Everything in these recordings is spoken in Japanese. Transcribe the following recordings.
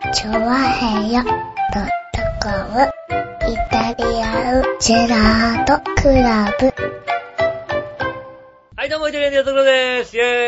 チョワヘヨ.com イタリアンジェラートクラブ。 はい、どうも、イタリアンジェラートクラブでーす。イェーイ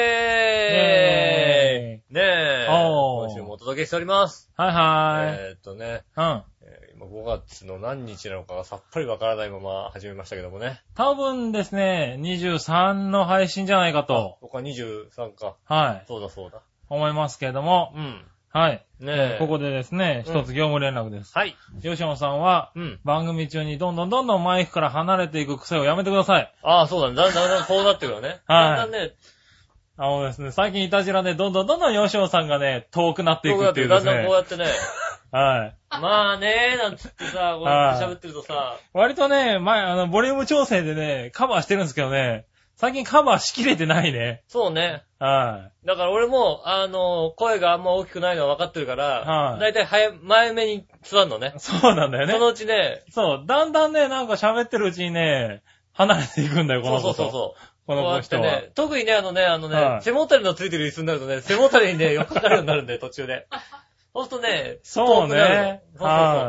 ねえ、今週もお届けしております。 はいは今5月の何日なのかがさっぱりわからないまま始めましたけどもね。 多分ですね、23の配信じゃないかと。 僕は23か。 はい。 そうだそうだ。 思いますけれども。 うん。 はい。 ねえ。 ここでですね、一つ業務連絡です。 はい。 吉野さんは、番組中にどんどんマイクから離れていく癖をやめてください。 ああ、そうだね。だんだんこうなってくるよね。 はい。 だんだんね。 ですね、最近いたじらでどんどん吉野さんがね、遠くなっていくっていうですね。 だんだんこうやってね。 はい。 まあねなんつってさ、こうやって喋ってるとさ。 割とね、ボリューム調整でね、カバーしてるんですけどね、最近カバーしきれてないね。 そうね。 はい。 だから俺も、声があんま大きくないのは分かってるから、 はい。 だいたい前目に座るのね。 そうなんだよね。 そのうちね。 そう、だんだんね、なんか喋ってるうちにね、離れていくんだよ、この子と。 そう。 この子人は。 ね、特にね、はい、背もたれのついてる椅子になるとね、背もたれにね、よくかかるようになるんだよ、途中で。そうするとね、 そうね。 そう。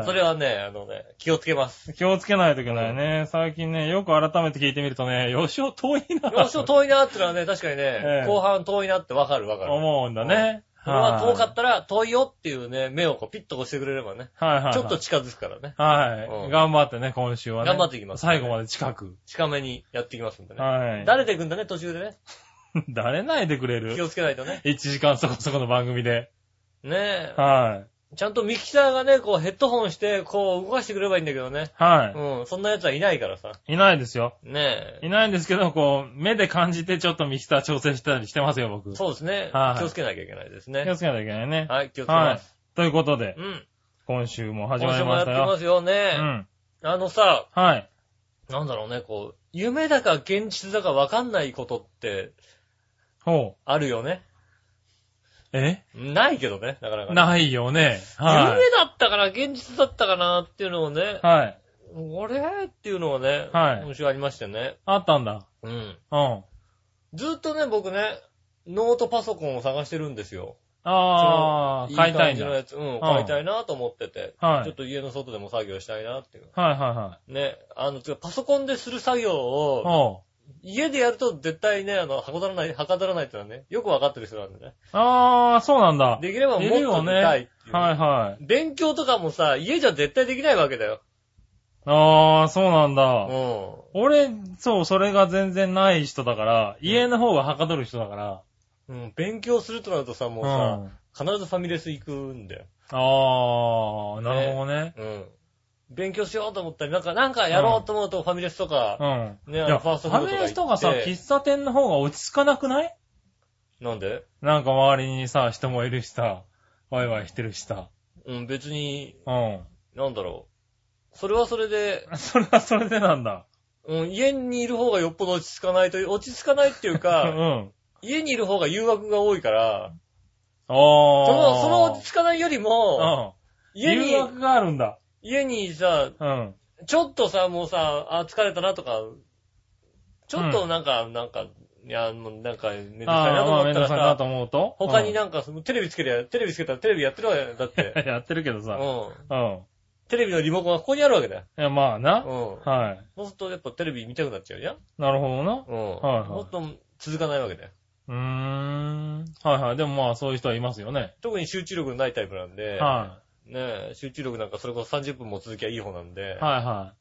それはね、気をつけます。 気をつけないといけないね。最近ね、よく改めて聞いてみるとね、吉尾遠いな。 吉尾遠いなってのはね、確かにね、後半遠いなってわかる。 思うんだね。 それは遠かったら、遠いよっていうね、目をこうピッと押してくれればね。ちょっと近づくからね。 はい。頑張ってね、今週はね。 頑張っていきます。 最後まで近めにやっていきますんでね。 はい。 慣れていくんだね、途中でね。 慣れないでくれる。 気をつけないとね。 1時間そこそこの番組で。 ねえ。はい。 ちゃんとミキサーがね、こうヘッドホンして、こう動かしてくればいいんだけどね。 はい。 そんな奴はいないからさ。 いないですよ。 ねえ。いないんですけど、こう、目で感じてちょっとミキサー調整したりしてますよ、僕。 そうですね。はい。気をつけなきゃいけないですね。 気をつけなきゃいけないね。 はい、気をつけます。 ということで。今週も始まりましたよ。 今週もやってますよね。 はい。 なんだろうね、こう、夢だか現実だかわかんないことって、あるよね。ないけどね、なかなか、 ないよね。 はい。夢だったかな、現実だったかなっていうのをね。 はい。 っていうのをね。はい。今週ありましてね。 あったんだ。 ずっとね、僕ね、ノートパソコンを探してるんですよ。 買いたいんだ。 買いたいなと思ってて。はい。ちょっと家の外でも作業したいなっていう。 はい。 ね、パソコンでする作業を、家でやると絶対ね、はかどらないってのはね、よくわかってる人なんでね。 そうなんだ。 できればもっと見たいっていう。 はい。 勉強とかもさ、家じゃ絶対できないわけだよ。 そうなんだ。俺、それが全然ない人だから、家の方がはかどる人だから。 勉強するとなるとさ、もうさ、必ずファミレス行くんだよ。 なるほどね。 勉強しようと思ったり、なんかやろうと思うとファミレスとか、 ファストフードとかファミレスとかさ、喫茶店の方が落ち着かなくない？ なんで？ なんか周りにさ、人もいるしさ、ワイワイしてるしさ。 別に、なんだろう。それはそれで。 それはそれでなんだ。 家にいる方がよっぽど落ち着かないっていうか、家にいる方が誘惑が多いから、その落ち着かないよりも、 誘惑があるんだ。 家にさ、ちょっとさ、もうさ、疲れたなとか、ちょっとなんか、いや、なんか、めんどくさいなと思ったらさ、他になんか、テレビつけたらテレビやってるわよ、だって。 やってるけどさ。 テレビのリモコンがここにあるわけだよ。 いや、まあな。はい。 そうするとやっぱテレビ見たくなっちゃうじゃん？ なるほどな。 もっと続かないわけだよ。 はい。でもまあそういう人はいますよね。 特に集中力のないタイプなんで。 はい。 ねえ、集中力なんかそれこそ30分も続きゃいい方なんで。 はい。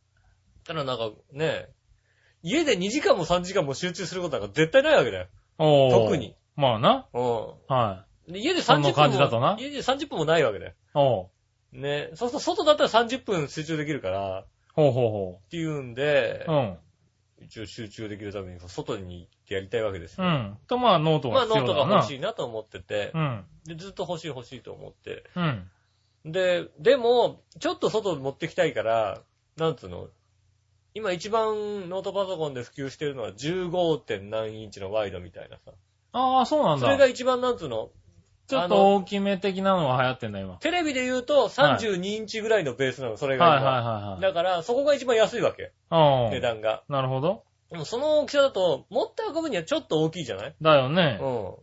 ただなんかね、家で2時間も3時間も集中することなんか絶対ないわけだよ。特に。 まあな。はい。 家で30分も、 家で30分もないわけだよ。ね、そうすると外だったら30分集中できるから。っていうんで、一応集中できるために外に行ってやりたいわけですよ。 まあノートが必要だな。 まあノートが欲しいなと思ってて。で、ずっと欲しいと思って。でも、ちょっと外持ってきたいから、なんつうの、今一番ノートパソコンで普及してるのは 15. 何インチのワイドみたいなさ。 そうなんだ。 それが一番なんつうの、 ちょっと大きめ的なのが流行ってんだ今。 テレビで言うと32インチぐらいのベースなの、それが今。だから、そこが一番安いわけ。値段が。 なるほど。 でもその大きさだと、持って運ぶにはちょっと大きいじゃない？ だよね。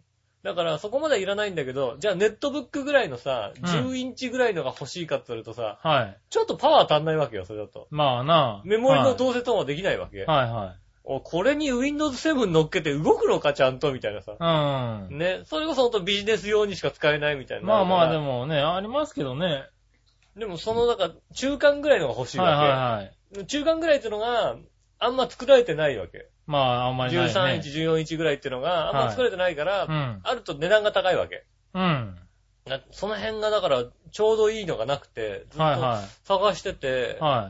だからそこまではいらないんだけど、じゃあネットブックぐらいのさ、10インチぐらいのが欲しいかって言われるとさ、はい。ちょっとパワー足んないわけよ、それだと。 まあな。 メモリの同棲ともできないわけ。 はいはい。 これに Windows 7乗っけて動くのかちゃんとみたいなさ。うん。ね。それこそほんとビジネス用にしか使えないみたいな。 まあまあでもね、ありますけどね。 でもそのなんか中間ぐらいのが欲しいわけ。はいはいはい。中間ぐらいっていうのがあんま作られてないわけ。 まああんまりない、ね。 13インチ、14インチぐらいっていうのがあんま作られてないから、はいあると値段が高いわけ。うん。その辺がだからちょうどいいのがなくて、ずっと探してて、はい。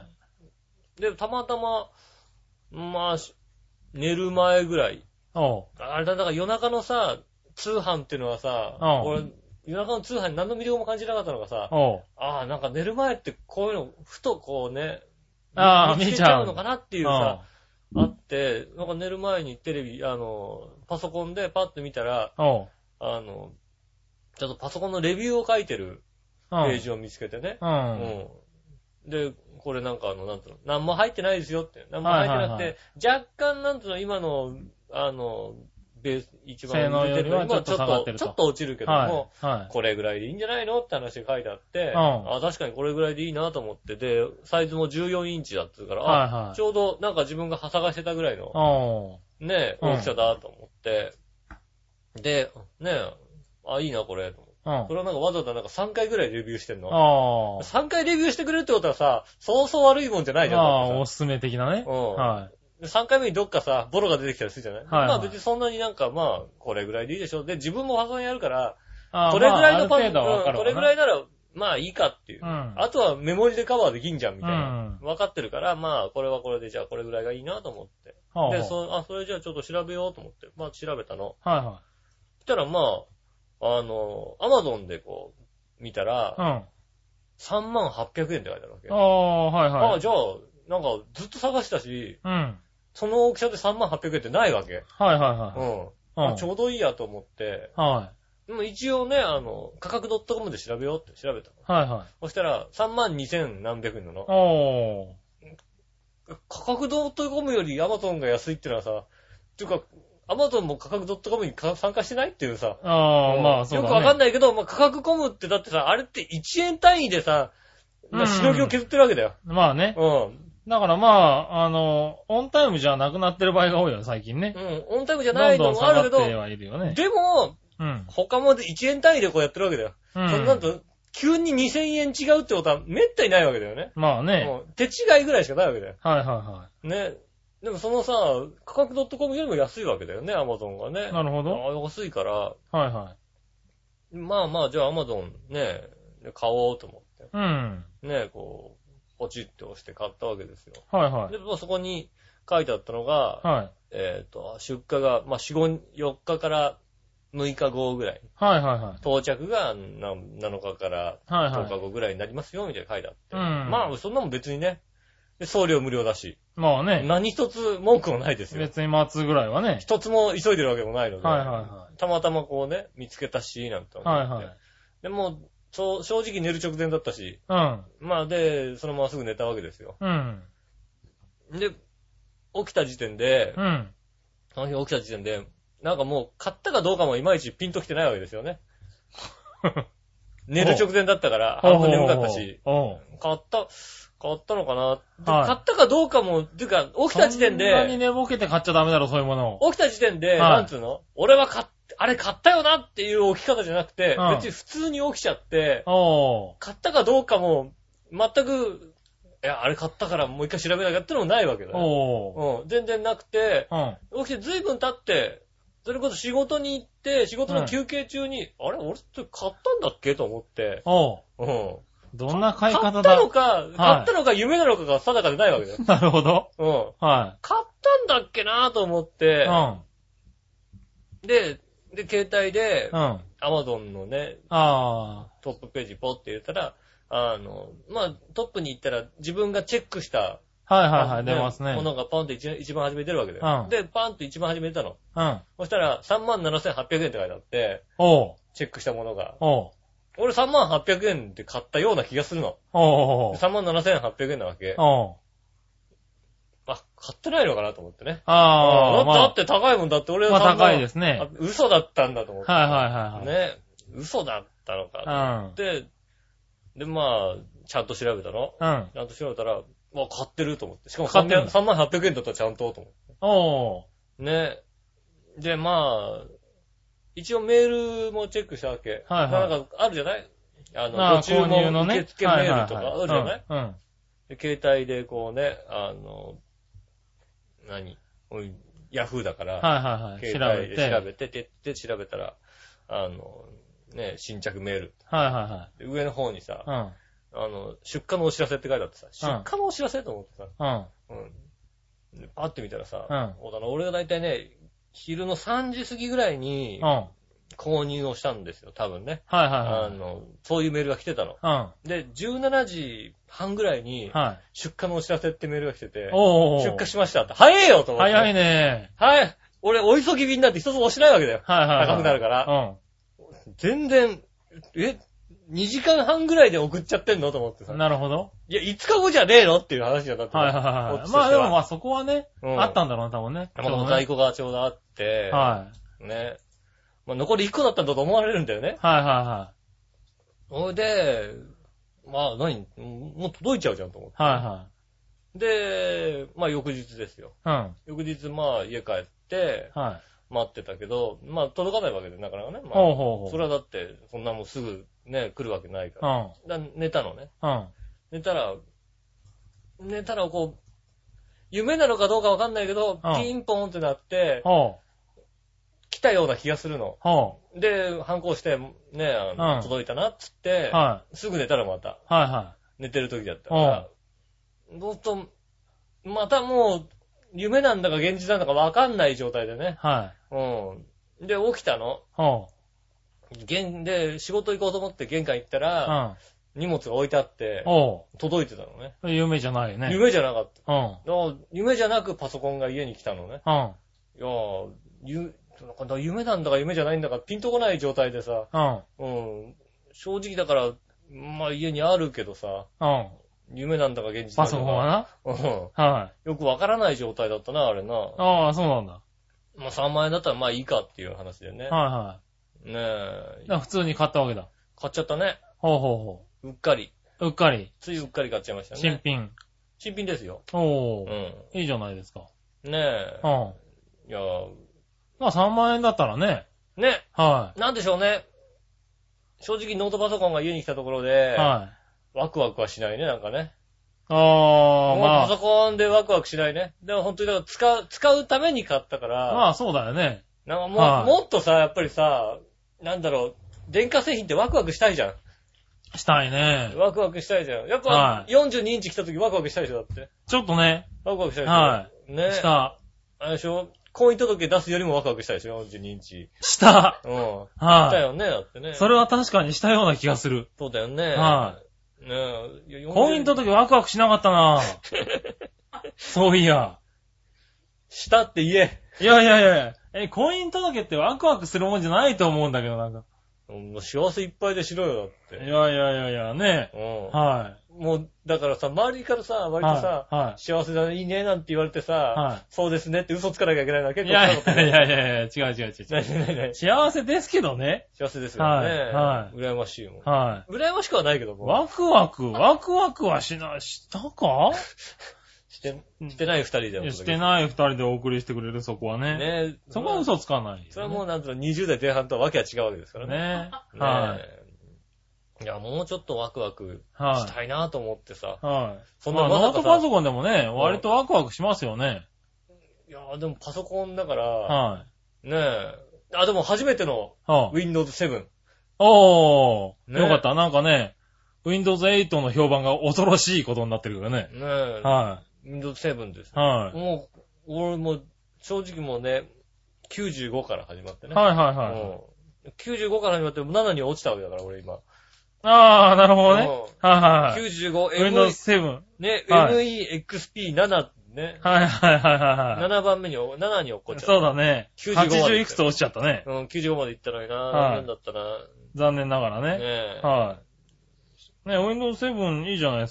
で、たまたま、まあ、寝る前ぐらい。あれだ、だから夜中のさ、通販っていうのはさ、俺、夜中の通販に何の魅力も感じなかったのがさ、なんか寝る前ってこういうの、ふとこうね、見つけちゃうのかなっていうさ、あって、なんか寝る前にテレビ、パソコンでパッと見たら、ちょっとパソコンのレビューを書いてるページを見つけてね。で、これなんかなんつうの、何も入ってないですよって。何も入ってなくて、若干なんつうの、今の、ベース、一番上で今ちょっと落ちるけども、これぐらいでいいんじゃないのって話が書いてあって、確かにこれぐらいでいいなと思って、で、サイズも14インチだって言うから、ちょうどなんか自分が探してたぐらいの、ね、大きさだと思って、で、ね、いいなこれ、と思って。これをなんかわざわざなんか3回ぐらいレビューしてんの。3回レビューしてくれるってことはさ、そうそう悪いもんじゃないじゃん。 おすすめ的なね。 はい。3回目にどっかさ、ボロが出てきたりするじゃない、まあ別にそんなになんかまあ、これぐらいでいいでしょ。で、自分もパソコンやるから、これぐらいのパソコン、これぐらいなら、まあいいかっていう。あとはメモリでカバーできんじゃんみたいな。分かってるから、まあこれはこれでじゃあこれぐらいがいいなと思って。で、それじゃあちょっと調べようと思って。まあ調べたの。はいはい。そしたらまあ、アマゾンでこう、見たら、38,000円って書いてあるわけ。 はいはい。 じゃあ、なんかずっと探したし、その大きさで38,000円ってないわけ。 はいはいはい。ちょうどいいやと思って、はい。でも一応ね、価格 .com で調べようって調べたの。はいはい。そしたら、32,000何百円なの。価格 .com より Amazon が安いってのはさ、っていうか、アマゾンも価格 .com に参加してないっていうさ。 まあそうだね。 よくわかんないけど、まあ価格コムってだってさ、あれって1円単位でさ、しのぎを削ってるわけだよ。 まあね。だからまあ、オンタイムじゃなくなってる場合が多いよ、最近ね。 オンタイムじゃないのもあるけど、 でも、他も1円単位でこうやってるわけだよ。そんなんと、急に2000円違うってことはめったにないわけだよね。 まあね。 手違いぐらいしかないわけだよ。 はいはいはい。 ね。でもそのさ、価格 .com よりも安いわけだよね、アマゾンがね。 なるほど。 安いから。 はいはい。 まあまあ、じゃあアマゾンね、買おうと思って。ね、こう、ポチって押して買ったわけですよ。 はいはい。 で、そこに書いてあったのが、出荷が、まあ4日から6日後ぐらい。 はいはいはい。 到着が7日から10日後ぐらいになりますよ、みたいな書いてあって。まあ、そんなもん別にね。で、送料無料だし。 まあね。 何一つ文句もないですよ。 別に待つぐらいはね。 一つも急いでるわけもないので。 はいはいはい。 たまたまこうね、見つけたし、なんて思って。はいはい。でも、正直寝る直前だったし。まあで、そのまますぐ寝たわけですよ。で、起きた時点で、その日起きた時点で、なんかもう買ったかどうかもいまいちピンときてないわけですよね。寝る直前だったから、半分眠かったし。買ったのかな、買ったかどうかも、てか、起きた時点で。 そんなに寝ぼけて買っちゃダメだろ、そういうものを。 起きた時点で、なんつうの俺はあれ買ったよなっていう起き方じゃなくて、別に普通に起きちゃって、買ったかどうかも、全く、いや、あれ買ったからもう一回調べなきゃってのもないわけだよ。全然なくて、起きて随分経って、それこそ仕事に行って、仕事の休憩中に、あれ俺って買ったんだっけと思って、 どんな買い方だ？ 買ったのか夢なのかが定かでないわけだよ。 なるほど。 はい。買ったんだっけなと思って、で、携帯で、Amazon のね、トップページポって言ったら、まあ、トップに行ったら自分がチェックした、 出ますね。 ものがパンって一番初め出るわけだよ。で、パンって一番初め出たの。そしたら、37,800円って書いてあって、チェックしたものが。俺38,000円で買ったような気がするの。37,800円なわけ。 買ってないのかなと思ってね。 だって高いもんだって俺は高いですね。 嘘だったんだと思って。 はい。 ね。嘘だったのかと思って、で、ちゃんと調べたの。ちゃんと調べたら、買ってると思って。しかも3800円だったらちゃんとと思って。ね。で、一応メールもチェックしたわけ。なんかあるじゃないご注文受付メールとかあるじゃないで携帯でこうね、ヤフーだから、携帯で調べて、調べたら、新着メール。上の方にさ、出荷のお知らせって書いてあってさ、出荷のお知らせと思ってさ、パッて見たらさ、俺がだいたいね、昼の3時過ぎぐらいに、購入をしたんですよ、多分ね。そういうメールが来てたの。で、17時半ぐらいに、出荷のお知らせってメールが来てて、出荷しましたって。早いよと思って。 早いね。 はい。俺、お急ぎ便なんて一つも押しないわけだよ。高くなるから。全然、2時間半ぐらいで送っちゃってんのと思ってさ。 なるほど。 いや、5日後じゃねえのっていう話だった。 でもそこはね、あったんだろうな、多分ね。 在庫がちょうどあって、ね。残り1個だったんだと思われるんだよね。それで、もう届いちゃうじゃんと思って。で、翌日ですよ。翌日、家帰って、待ってたけど、届かないわけで、なかなかね。それはだって、そんなもんすぐね、来るわけないから。寝たのね。寝たら、こう、夢なのかどうかわかんないけど、ピンポンってなって、来たような気がするの。で、反抗して、ね、届いたなっつって、すぐ寝たらまた。寝てる時だったから、どうすると、またもう、夢なんだか現実なんだかわかんない状態でね。で、起きたの。で、仕事行こうと思って玄関行ったら、荷物が置いてあって、届いてたのね。 夢じゃないよね。 夢じゃなかった。夢じゃなくパソコンが家に来たのね。夢なんだか夢じゃないんだかピンとこない状態でさ、正直だから、家にあるけどさ、夢なんだか現実なんだか。 パソコンはなよくわからない状態だったな、あれな。 そうなんだ。 3万円だったらいいかっていう話でね。ねえ。普通に買ったわけだ。 買っちゃったね。うっかり。ついうっかり買っちゃいましたね。 新品。 新品ですよ。 いいじゃないですか。 ねえ。いや 3万円だったらね。 ね。なんでしょうね。正直ノートパソコンが家に来たところで、ワクワクはしないね、なんかね。パソコンでワクワクしないね。でも本当にだから使うために買ったから。 そうだよね。 なんかもっとさ、やっぱりさ、なんだろう、電化製品ってワクワクしたいじゃん。 したいね。 ワクワクしたいじゃん。やっぱ、42インチ来た時ワクワクしたいでしょ、だって。 ちょっとね。 ワクワクしたいでしょ。ね。 した。 あれでしょ、婚姻届出すよりもワクワクしたいでしょ、42インチ。 した。 したよね、だってね。 それは確かにしたような気がする。 そうだよね。ねえ。婚姻届ワクワクしなかったなそういや。 したって言え。 いや。婚姻届ってワクワクするもんじゃないと思うんだけど、なんか。 もう幸せいっぱいでしろよ、だって。 いや、ね。 もう、だからさ、周りからさ、割とさ、幸せだね、いいね、なんて言われてさ、そうですねって嘘つかなきゃいけないのは結構辛かった。 いや、違う。幸せですけどね。 幸せですよね。羨ましいもん。羨ましくはないけども。 ワクワクはしたかしてない二人で。 してない二人でお送りしてくれる、そこはね。ね、そこは嘘つかない。 それはもうなんと20代前半とはわけは違うわけですからね。いや、もうちょっとワクワクしたいなと思ってさ。 そんなノートパソコンでもね、割とワクワクしますよね。 いや、でもパソコンだから、ねえ。でも初めての Windows 7。 よかった。なんかね、Windows 8の評判が恐ろしいことになってるからね。 Windows 7です。もう、俺も、正直もうね、95から始まってね。95から始まって7に落ちたわけだから、俺今。 なるほどね。 95、 Windows 7。 ね、MEXP7 ね。7番目に、7に落っこっちゃった。 そうだね。80いくつ落ちちゃったね。 95まで行ったのにな。残念だったな。 残念ながらね。ね、Windows 7いいじゃないですか。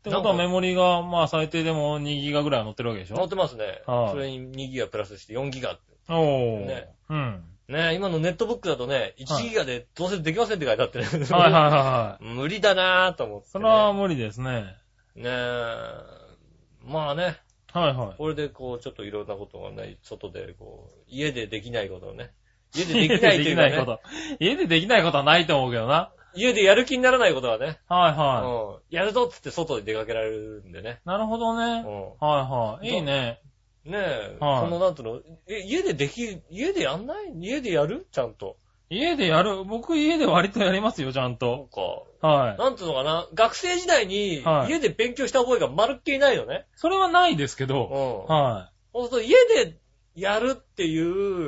ってことはメモリが、まあ最低でも2ギガぐらいは乗ってるわけでしょ？ 乗ってますね。 はい。 それに2ギガプラスして4ギガって。 おー。 ね。 うん。 ね、今のネットブックだとね、1ギガでどうせできませんって書いてあってね。 はいはいはい。 無理だなぁと思って、ね。 それは無理ですね。 ねえ。まあね。 はいはい。 これでこう、ちょっといろんなことがね、外でこう、家でできないことをね。家でできないというか、ね、 家でできないことはないと思うけどな。 家でやる気にならないことはね。 はいはい。 やるぞっつって外に出かけられるんでね。 なるほどね。はいはい。いいね。 ねえ。そのなんていうの、家でやんない？家でやる？ちゃんと。 家でやる？僕家で割とやりますよ、ちゃんと。 そうか。 はい。 なんていうのかな。学生時代に家で勉強した覚えがまるっきりないのね。 それはないですけど。はい。 そうすると家でやるっていう、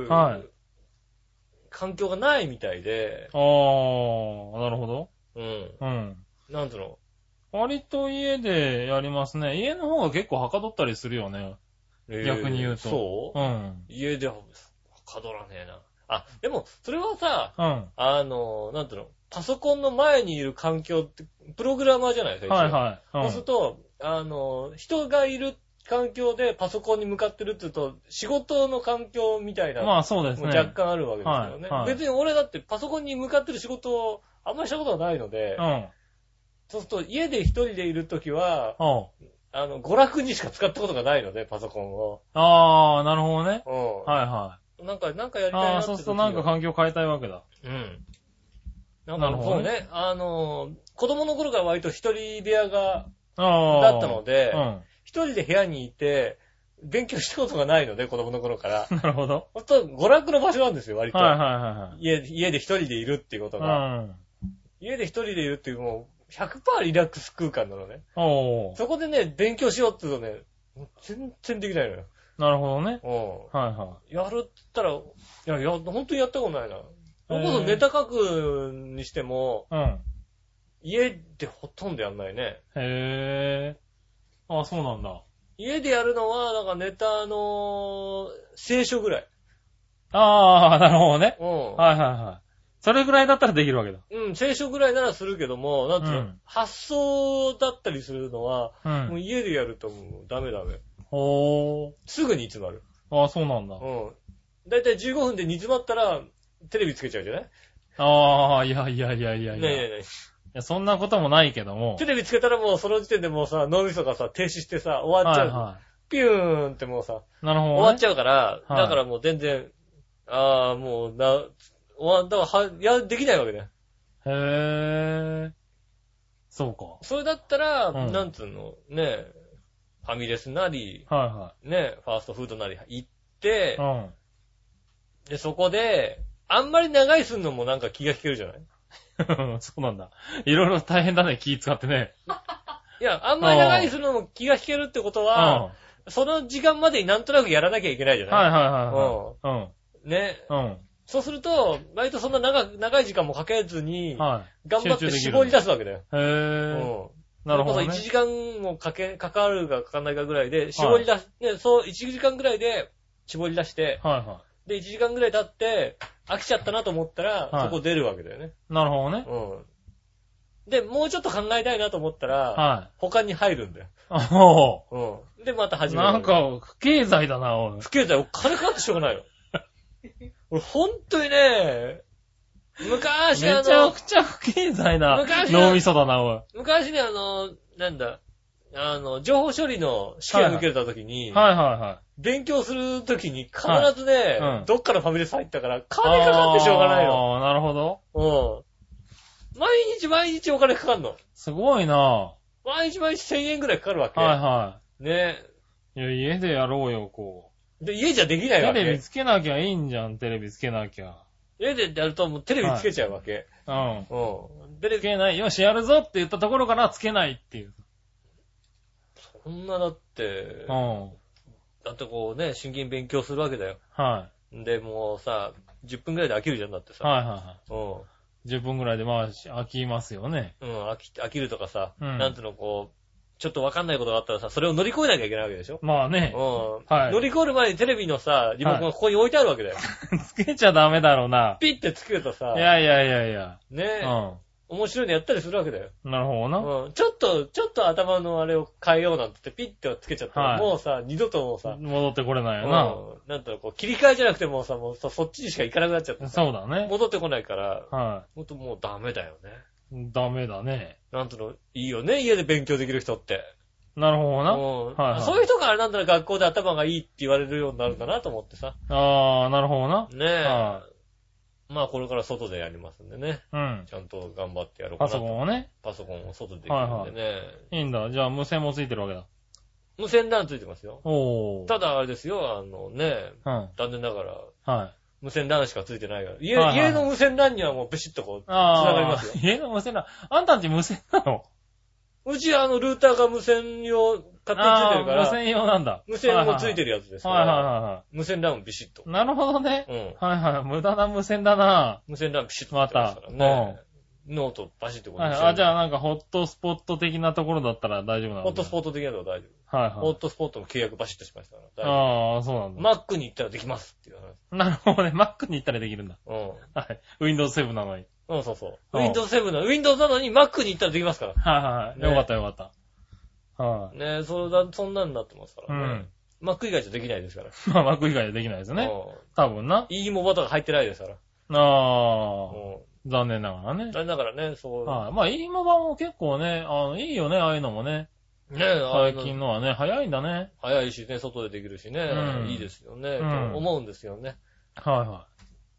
はい。環境がないみたいで。 あー、なるほど。 うん。うん。なんていうの？ 割と家でやりますね。家の方が結構はかどったりするよね。逆に言うと。 そう？うん。家ではかどらねえな。あ、でも、それはさ、うん。なんていうの、パソコンの前にいる環境って、プログラマーじゃないですか、 はいはい。 うん、そうすると、人がいる環境でパソコンに向かってるって言うと、仕事の環境みたいな。 まあそうですね。 若干あるわけですよね。はいはい、別に俺だってパソコンに向かってる仕事をあんまりしたことがないので、うん。そうすると、家で一人でいるときは、娯楽にしか使ったことがないので、パソコンを。 あー、なるほどね。 うん。 はいはい。 なんかやりたいなって。 そうするとなんか環境変えたいわけだ。 うん。なるほどね。子供の頃から割と一人部屋だったので、一人で部屋にいて、勉強したことがないので、子供の頃から。 なるほど。 ほんと、娯楽の場所なんですよ、割と。 はいはいはい。 家で一人でいるっていうことが。家で一人でいるっていう、もう、100% リラックス空間なのね。そこでね、勉強しようって言うとね、全然できないのよ。 なるほどね。 はいはい。やるって言ったら、本当にやったことないな。それこそネタ書くにしても、家でほとんどやんないね。 へー。あ、そうなんだ。 家でやるのは、なんかネタ聖書ぐらい。 あー、なるほどね。はいはいはい。それぐらいだったらできるわけだ。 うん、聖書ぐらいならするけども、なんていうの、発想だったりするのは、もう家でやるともうダメ。すぐ煮詰まる。 ああ、そうなんだ。 だいたい15分で煮詰まったら、テレビつけちゃうじゃない？ ああ、いや。ねえ。 いや、そんなこともないけども。 テレビつけたらもうその時点でもうさ、脳みそがさ、停止してさ、終わっちゃう。はいはい、ピューンってもうさ、 なるほど、ね。 終わっちゃうから、だからもう全然、もうだからできないわけだよ。 へー。そうか。 それだったら、なんつうの、ね、ファミレスなり、ね、ファーストフードなり行って、で、そこで、あんまり長いすんのもなんか気が引けるじゃない？ そうなんだ。いろいろ大変だね、気使ってね。 いや、あんまり長いするのも気が引けるってことは、その時間までになんとなくやらなきゃいけないじゃない？はい。ね。そうすると、割とそんな長い時間もかけずに、頑張って絞り出すわけだよ。 へぇー。なるほど、ね。 それこそ1時間もかかるかかかんないかぐらいで、絞り出す、ね、そう、1時間ぐらいで絞り出して、で、1時間ぐらい経って、飽きちゃったなと思ったら、そこ出るわけだよね。 なるほどね。 で、もうちょっと考えたいなと思ったら、他に入るんだよ。で、また始める。 なんか、不経済だな、おい。 不経済、金かかってしょうがないよ。俺、ほんとにね、昔めちゃくちゃ不経済な脳みそだな、おい。 昔ね、なんだ、情報処理の試験受けた時に、勉強する時に必ずね、どっかのファミレス入ったから、金かかってしょうがないの。 なるほど。 毎日お金かかるの。 すごいな。 毎日1000円ぐらいかかるわけ。ね。 いや、家でやろうよ、こう。で、家じゃできないわけ。 テレビつけなきゃいいんじゃん、テレビつけなきゃ。 家でやるともうテレビつけちゃうわけ。 テレビつけない。よし、やるぞって言ったところからつけないっていう。 そんなだって、だってこうね、真剣に勉強するわけだよ。で、もうさ、10分くらいで飽きるじゃんだってさ。 10分くらいでまあ、飽きますよね。 飽きるとかさ、なんていうのこう、ちょっとわかんないことがあったらさ、それを乗り越えなきゃいけないわけでしょ？ まあね。 乗り越える前にテレビのさ、リモコンがここに置いてあるわけだよ。 つけちゃダメだろうな。 ピッてつけるとさ。 いや。 ね面白いのやったりするわけだよ。 なるほどな。 うん。ちょっと頭のあれを変えようなんてピッてつけちゃったら、もうさ、二度ともうさ、 戻ってこれないよな。 なんだろう、こう、切り替えじゃなくてもさ、もうそっちにしか行かなくなっちゃって。 そうだね。 戻ってこないから、 はい。 ほんともうダメだよね。ダメだね。 なんとの、いいよね、家で勉強できる人って。 なるほどな。 はい。そういう人からなんだろ、学校で頭がいいって言われるようになるんだなと思ってさ。 ああ、なるほどな。 ねえ。まあこれから外でやりますんでね。 うん。 ちゃんと頑張ってやろうかなと。 パソコンをね。 パソコンを外でできるんでね。 いいんだ。じゃあ無線もついてるわけだ。 無線 LAN ついてますよ。 おー。 ただあれですよ、残念ながら。はい。無線 LAN しかついてないから。家の無線 LAN にはもうビシッとこう、繋がりますよ。 家の無線 LAN。あんたんち無線なの？ うちルーターが無線用、勝手についてるから。 無線用なんだ。 無線もついてるやつですから。 はい。 無線 LAN ビシッと。 なるほどね。はい。無駄な無線だな。 無線 LAN ビシッとついてますからね。ノートバシッとこう。 じゃあなんかホットスポット的なところだったら大丈夫なの？ ホットスポット的なのは大丈夫。はい。ホットスポットの契約バシッとしましたから。 ああ、そうなんだ。 Mac に行ったらできますっていう話。 なるほどね。Mac に行ったらできるんだ。はい。Windows 7なのに。 そう。Windows 7なのに Mac に行ったらできますから。 はい。よかった。 はい。ねえ、そんなんなってますからね。Mac 以外じゃできないですから。 Mac 以外じゃできないですね。多分な。 eMoba とか入ってないですから。 残念ながらね。 残念ながらね、そう。 まあ、eMoba も結構ね、いいよね、ああいうのもね。ねえ、最近のはね、早いんだね。 早いしね、外でできるしね。いいですよね。と思うんですよね。 はい。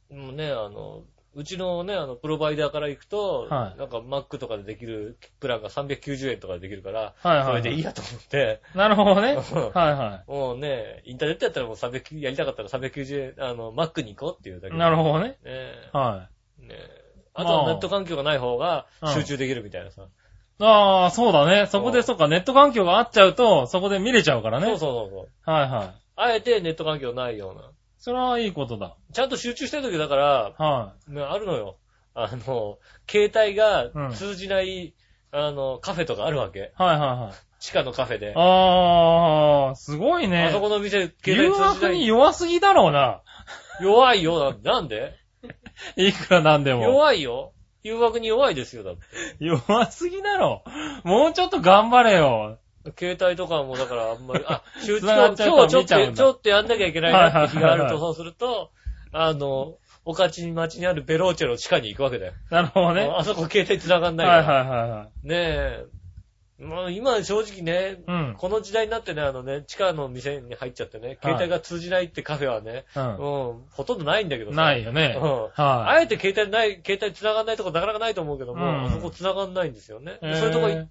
もうね、うちのね、プロバイダーから行くと、なんか Mac とかでできるプランが390円とかでできるから、それでいいやと思って。 なるほどね。はい。 もうね、インターネットやったらもうやりたかったら390円、Mac に行こうっていうだけ。 なるほどね。 はい。ねあとはネット環境がない方が集中できるみたいなさ。 ああ、そうだね。そこで、ネット環境があっちゃうと、そこで見れちゃうからね。 そう。 はい。 あえてネット環境ないような。 それはいいことだ。 ちゃんと集中してる時だから、あるのよ。携帯が通じない、カフェとかあるわけ。 はい。 地下のカフェで。 ああ、すごいね。 あそこの店、携帯通じない。 誘惑に弱すぎだろうな。 弱いよ。なんでいくらなんでも。 弱いよ。誘惑に弱いですよ、だって。 弱すぎだろ。もうちょっと頑張れよ。 携帯とかもだからあんまり、集中、今日ちょっとやんなきゃいけないなって日があると、そうすると、御徒町にあるベローチェの地下に行くわけだよ。 なるほどね。 あそこ携帯繋がんないから。 はい。 ねえ。まあ今正直ね、この時代になってね、地下の店に入っちゃってね、携帯が通じないってカフェはね、ほとんどないんだけどさ。 ないよね。 あえて携帯繋がんないとこなかなかないと思うけども、あそこ繋がんないんですよね。そういうとこ行って、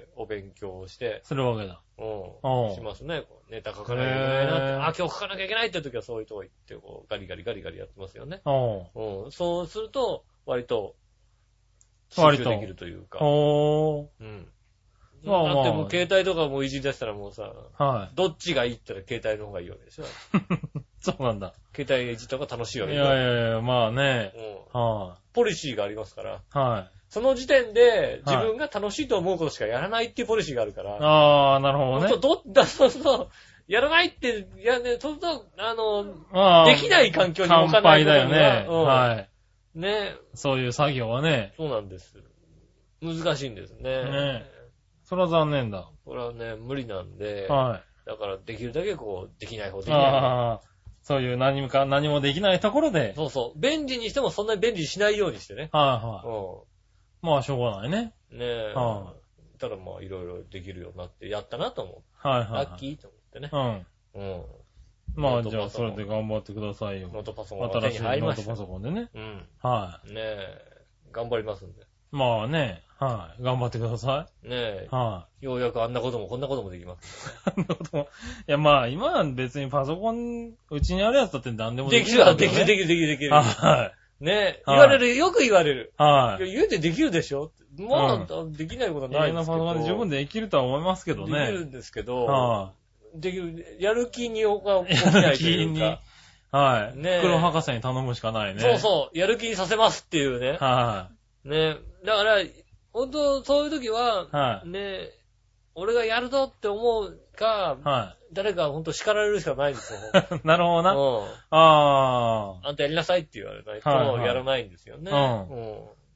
お勉強をして。 するわけだ。 しますね。ネタ書かなきゃいけないなって。今日書かなきゃいけないって時はそういうとこ行って、ガリガリやってますよね。そうすると、割と、集中できるというか。だってもう携帯とかもいじり出したらもうさ、どっちがいいって言ったら携帯の方がいいわけでしょ。 そうなんだ。 携帯いじった方が楽しいわけでしょ。いや、まあね。 ポリシーがありますから。その時点で自分が楽しいと思うことしかやらないっていうポリシーがあるから。 なるほどね。 そう、やらないって、そうすると、できない環境に置かないことが。 乾杯だよね。 ね。 そういう作業はね。 そうなんです。難しいんですね。 それは残念だ。 これはね、無理なんで、だからできるだけできない方できない。そういう何もできないところで。 そう。便利にしてもそんなに便利にしないようにしてね。 まあ、しょうがないね。 ねえ。ただまあ、いろいろできるようになってやったなと思う。ラッキーと思ってね。 まあ、じゃあ、それで頑張ってくださいよ。 ノートパソコンが手に入りました。 新しいノートパソコンでね。 ねえ。頑張りますんで。 まあね。頑張ってください。ねえ。ようやくあんなこともこんなこともできます。 あんなことも。いや、まあ、今は別にパソコン、うちにあるやつだって何でもできる。できる。ねえ。よく言われる。言うてできるでしょまあ、できないことはないですけど。 パソコンで十分できるとは思いますけどね。 できるんですけど、できる、やる気に起きないというか。ねえ。 袋博士に頼むしかないね。 そう。やる気にさせますっていうね。ねえ。だから、本当そういう時は、ね、俺がやるぞって思うか、誰か本当叱られるしかないんですよ。 なるほどな。 あんたやりなさいって言われないと、やらないんですよね。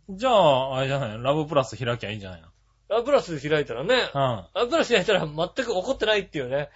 じゃあ、あれじゃないの、ラブプラス開きゃいいんじゃないの。 ラブプラス開いたらね、ラブプラス開いたら全く怒ってないっていうね。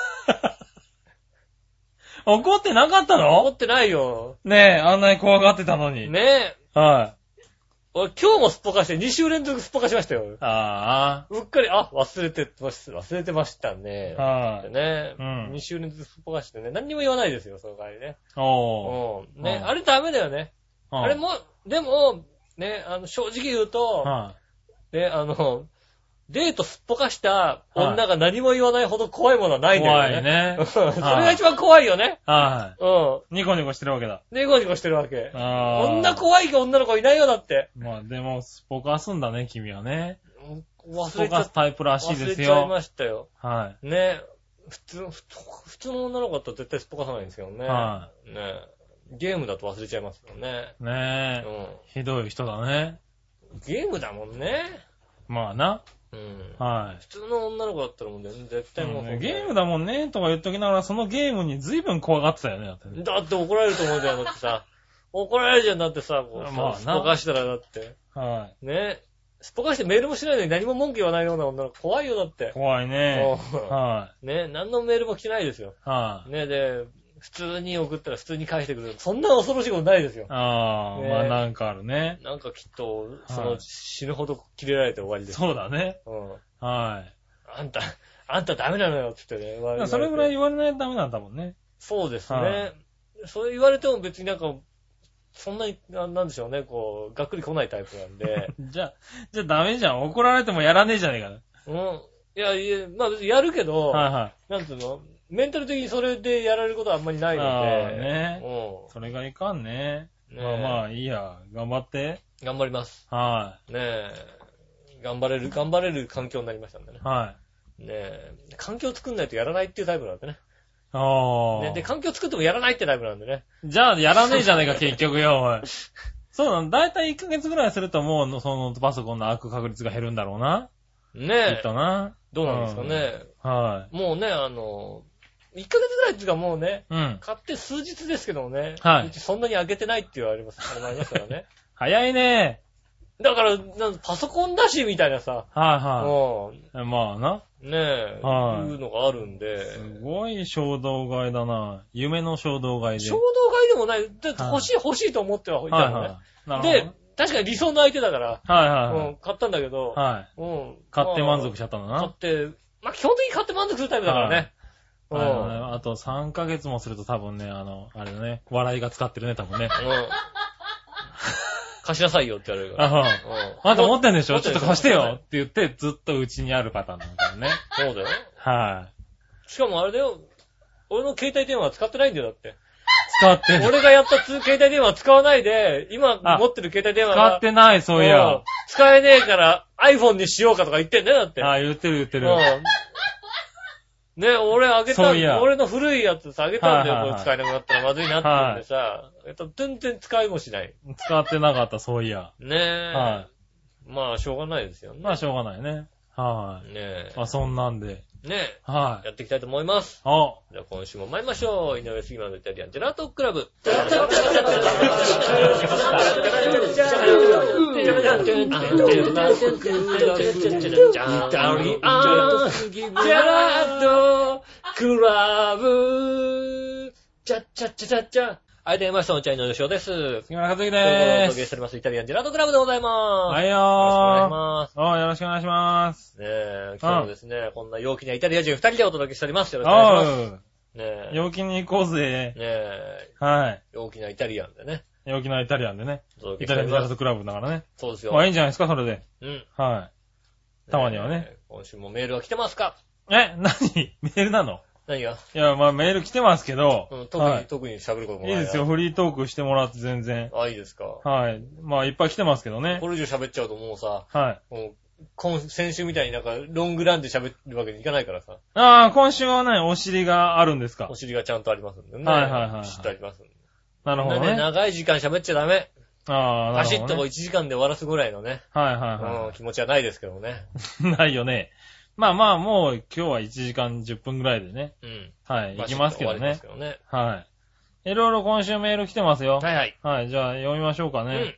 怒ってなかったの？ 怒ってないよ。 ねえ、あんなに怖がってたのに。 ねえ。はい。 俺今日もすっぽかして2週連続すっぽかしましたよ。 ああ。 うっかり、忘れてましたね。 はい。 ね、2週連続すっぽかしてね、何にも言わないですよ、その代わりね。ね、あれダメだよね。あれも、でも、ね、正直言うと、ね、デートすっぽかした女が何も言わないほど怖いものはないんだよね。怖いね。それが一番怖いよね。 はい。ニコニコしてるわけだ。 ニコニコしてるわけ。こんな怖い女の子いないよ、だって。 まあでも、すっぽかすんだね、君はね。すっぽかすタイプらしいですよ。 忘れちゃいましたよ。 はい。 ね。普通の女の子だったら絶対すっぽかさないんですけどね。 はい。 ね。ゲームだと忘れちゃいますよね。 ねえ。ひどい人だね。 ゲームだもんね。 まあな。はい。 普通の女の子だったらもう絶対もう、 ゲームだもんねとか言っときながら、そのゲームに随分怖がってたよね。 だって怒られると思うじゃん、だってさ。怒られるじゃん、だってさ、こうさ、すっぽかしたらだって。 はい。 ね。すっぽかしてメールもしないのに何も文句言わないような女の子怖いよ、だって。 怖いね。はい。 ね、何のメールも来てないですよ。 はい。 ね、で、普通に送ったら普通に返してくる。そんな恐ろしいことないですよ。 まあなんかあるね。 なんかきっと、死ぬほど切れられて終わりです。 そうだね。はい。 あんたダメなのよって言ってね。 それぐらい言われないとダメなんだもんね。 そうですね。それ言われても別になんか、そんなに、なんでしょうね、こう、がっくり来ないタイプなんで。 じゃあダメじゃん。怒られてもやらねえじゃねえかな。 いや、まあ別にやるけど、 なんつうの、メンタル的にそれでやられることはあんまりないので。 ね。それがいかんね。まあいいや。頑張って。 頑張ります。 はい。 ねえ。頑張れる環境になりましたんでね。 はい。 ねえ。環境作んないとやらないっていうタイプなんでね。 ね。 で、環境作ってもやらないってタイプなんでね。 じゃあやらねえじゃねえか、結局よ、おい。そうなの。だいたい1ヶ月ぐらいするともう、そのパソコンの開く確率が減るんだろうな。 ねえ。 きっとな。 どうなんですかね。 はい。 もうね、1ヶ月ぐらいっていうかもうね、買って数日ですけどもね、うちそんなに開けてないっていうあれもありますからね。 早いね。 だから、パソコンだしみたいなさ。 まあな。 ねえ、いうのがあるんで。 すごい衝動買いだな。夢の衝動買いで。 衝動買いでもない。だって欲しいと思ってはいたのね。で、確かに理想の相手だから。買ったんだけど。 買って満足しちゃったんだな。 買って、まあ基本的に買って満足するタイプだからね。 あと3ヶ月もすると多分ね、あれだね、笑いが使ってるね、多分ね。 貸しなさいよって言われるから。 あんた持ってんでしょ？ちょっと貸してよって言って、ずっとうちにあるパターンなんだよね。 そうだよ。 はい。 しかもあれだよ、俺の携帯電話使ってないんだよ、だって。 使ってない。 俺がやった携帯電話使わないで、今持ってる携帯電話使ってない、そういや。 使えねえから iPhone にしようかとか言ってんだよ、だって。 言ってる。 ね、俺あげた、俺の古いやつさ、あげたんだよ、これ使えなくなったらまずいなって言うんでさ、全然使いもしない。 使ってなかった、そういや。 ねえ。まあ、しょうがないですよね。 まあ、しょうがないね。はい。 ねえ。 まあ、そんなんで。 ねえ。はい。やっていきたいと思います。じゃあ今週も参りましょう。井上杉村のイタリアンジェラートクラブ。はい、出ました。お茶の吉尾です。 杉村和之でーす。 お届けしております。イタリアンジェラートクラブでございます。 はいよー。 よろしくお願いします。 よろしくお願いします。 ねえ、今日もですね、こんな陽気なイタリア人2人でお届けしております。よろしくお願いします。ねえ。陽気に行こうぜ。 ねえ。 はい。 陽気なイタリアンでね。 陽気なイタリアンでね。イタリアンジェラートクラブだからね。 そうですよ。 まあいいんじゃないですか、それで。 はい。 たまにはね。 今週もメールは来てますか？ 何メールなの？ 何が？ いや、まあメール来てますけど。 特に喋ることもない。 いいですよ、フリートークしてもらって全然。 いいですか。 はい。まあいっぱい来てますけどね。 これ以上喋っちゃうともうさ、 はい。 もう先週みたいになんかロングランで喋るわけにいかないからさ。 今週はね、お尻があるんですか？ お尻がちゃんとありますんでね。 はい。 知ってありますんで。 なるほどね。 長い時間喋っちゃダメ。 なるほど。 パシッと1時間で終わらすぐらいのね。 はい。 気持ちはないですけどね。 ないよね。まあ、もう今日は1時間10分ぐらいでね。はい、行きますけどね。はい。いろいろ今週メール来てますよ。 はい。 はい、じゃあ読みましょうかね。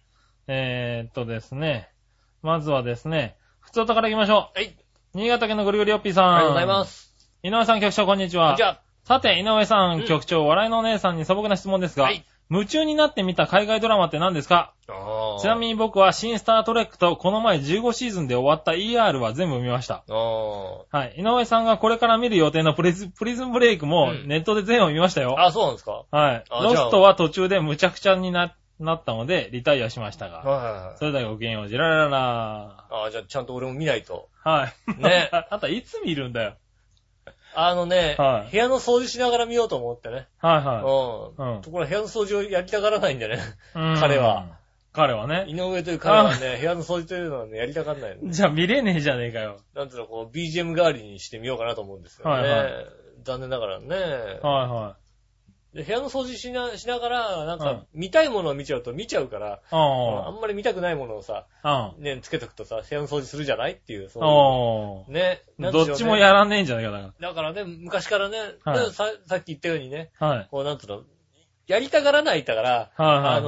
ですね。まずはですね、普通歌から行きましょう。 はい。 新潟県のぐりぐりおっぴーさん。 ありがとうございます。 井上さん局長、こんにちは。 こんにちは。 さて、井上さん、局長、笑いのお姉さんに素朴な質問ですが、はい。夢中になって見た海外ドラマって何ですか？ちなみに僕は新スタートレックとこの前15シーズンで終わった ER は全部見ました。はい。井上さんがこれから見る予定のプリズンブレイクもネットで全部見ましたよ。 そうなんですか？ はい。ロストは途中で無茶苦茶になったのでリタイアしましたが。それだけごきげんよう、じららら。 じゃあちゃんと俺も見ないと。 はい。ね。あんたいつ見るんだよ。 はい、部屋の掃除しながら見ようと思ってね。 はいはい。 ところが部屋の掃除をやりたがらないんだね。彼は。 彼はね。 井上という彼はね、部屋の掃除というのはね、やりたがらないの。 じゃあ見れねえじゃねえかよ。 なんていうの、こう、BGM 代わりにしてみようかなと思うんですよね。はいはい。残念ながらね。はいはい。で、部屋の掃除しながら、なんか、見たいものを見ちゃうと見ちゃうから、あんまり見たくないものをさ、ね、つけとくとさ、部屋の掃除するじゃないっていう、そういう。ね。 どっちもやらねえんじゃないかな。 だからね、昔からね、さっき言ったようにね、こう、なんつうの、やりたがらないだから、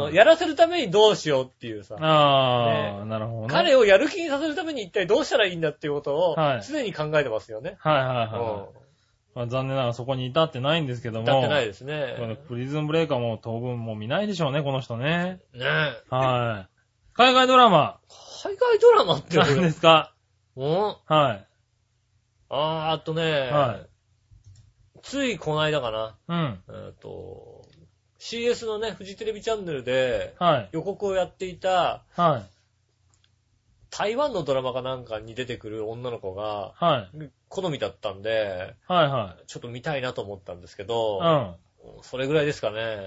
やらせるためにどうしようっていうさ。 なるほどね。 彼をやる気にさせるために一体どうしたらいいんだっていうことを、常に考えてますよね。 はいはいはい。残念ながらそこに至ってないんですけども。 至ってないですね。 このプリズンブレイカーも当分もう見ないでしょうね、この人ね。 ねえ。 はい。海外ドラマ。 海外ドラマって何ですか？ はい。あとね、ついこの間かな。CS のね、フジテレビチャンネルで、予告をやっていた、台湾のドラマかなんかに出てくる女の子が、好みだったんで、ちょっと見たいなと思ったんですけど、それぐらいですかね。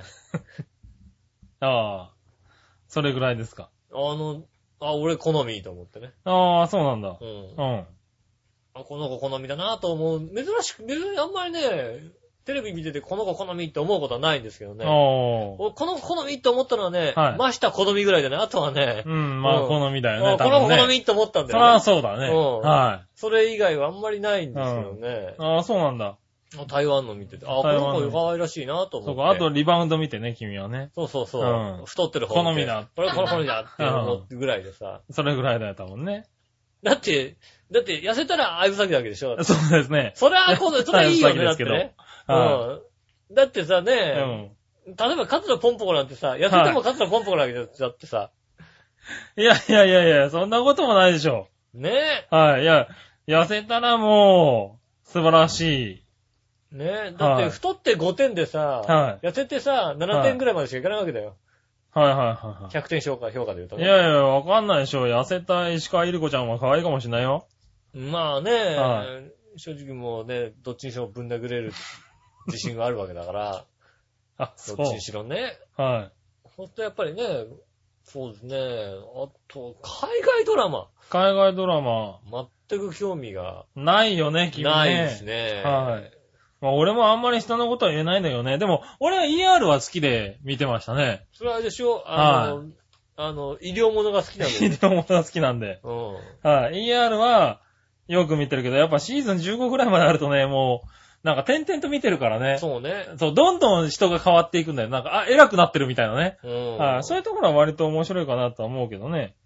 それぐらいですか。 俺好みと思ってね。 そうなんだ。 この子好みだなと思う。珍しにあんまりね、テレビ見ててこの子好みって思うことはないんですけどね。この子好みって思ったのはね、ました好みぐらいだね。あとはね。 好みだよね。 この子好みって思ったんだよね。そうだね。 それ以外はあんまりないんですよね。 そうなんだ。 台湾の見てて。この子可愛らしいなと思って。 あとリバウンド見てね、君はね。 そう。太ってる方好みだ。 これ好みだって思ってぐらいでさ。 それぐらいだったもんね。 だって、痩せたら相武咲だけでしょ？ そうですね。 それいいよね、だってね。だってさ、ね、例えばカツラポンポコなんてさ、痩せてもカツラポンポコなわけだってさ。 いや、そんなこともないでしょ。 ねえ。はい、いや、痩せたらもう、素晴らしい。 ねえ、だって太って5点でさ、痩せてさ、7点ぐらいまでしかいかないわけだよ。100点評価で言うとね。 いや、わかんないでしょ。痩せた石川入子ちゃんは可愛いかもしれないよ。 まあね、正直もうね、どっちにしろぶん殴れる自信があるわけだから。どっちにしろね。ほんとやっぱりね、そうですね。あと、海外ドラマ。全く興味が。 ないよね、君ね。 ないですね。 俺もあんまり人のことは言えないんだけどね。でも、俺は ER は好きで見てましたね。 それはあれでしょ？医療物が好きなんで。 医療物が好きなんで。ER はよく見てるけど、やっぱシーズン15ぐらいまであるとね、もう、なんか点々と見てるからね。 そうね。 どんどん人が変わっていくんだよ。なんか、偉くなってるみたいなね。そういうところは割と面白いかなとは思うけどね。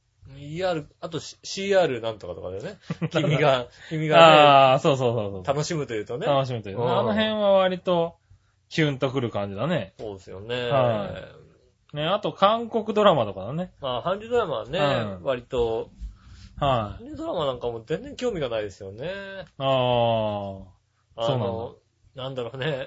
ER、あと CR なんとかとかだよね。君がね。 そう。 楽しむというとね。 楽しむというとね。あの辺は割と、キュンとくる感じだね。 そうですよね。 ね、あと韓国ドラマとかだね。 韓流ドラマはね、割と、韓流ドラマなんかも全然興味がないですよね。なんだろうね。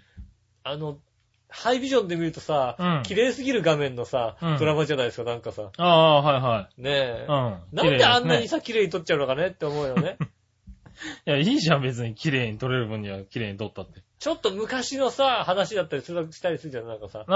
ハイビジョンで見るとさ、綺麗すぎる画面のさ、ドラマじゃないですか、なんかさ。ねえ。なんであんなにさ、綺麗に撮っちゃうのかねって思うよね。 いや、いいじゃん、別に綺麗に撮れる分には綺麗に撮ったって。 ちょっと昔のさ、話だったりしたりするじゃん、なんかさ。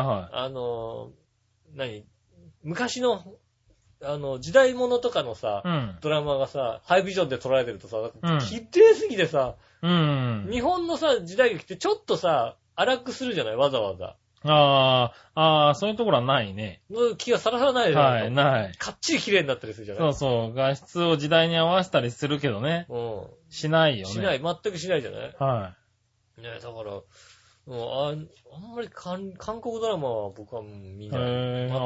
昔の、時代物とかのさ、ドラマがさ、ハイビジョンで撮られてるとさ、綺麗すぎてさ、日本のさ、時代劇ってちょっとさ、荒くするじゃないわざわざ。 そういうところはないね。 の気がさらさらないじゃない。 ない。 かっちり綺麗になったりするじゃない。 そう。画質を時代に合わせたりするけどね。しないよね。 全くしないじゃない。 ね、 だから、 あんまり韓国ドラマは僕は見ない。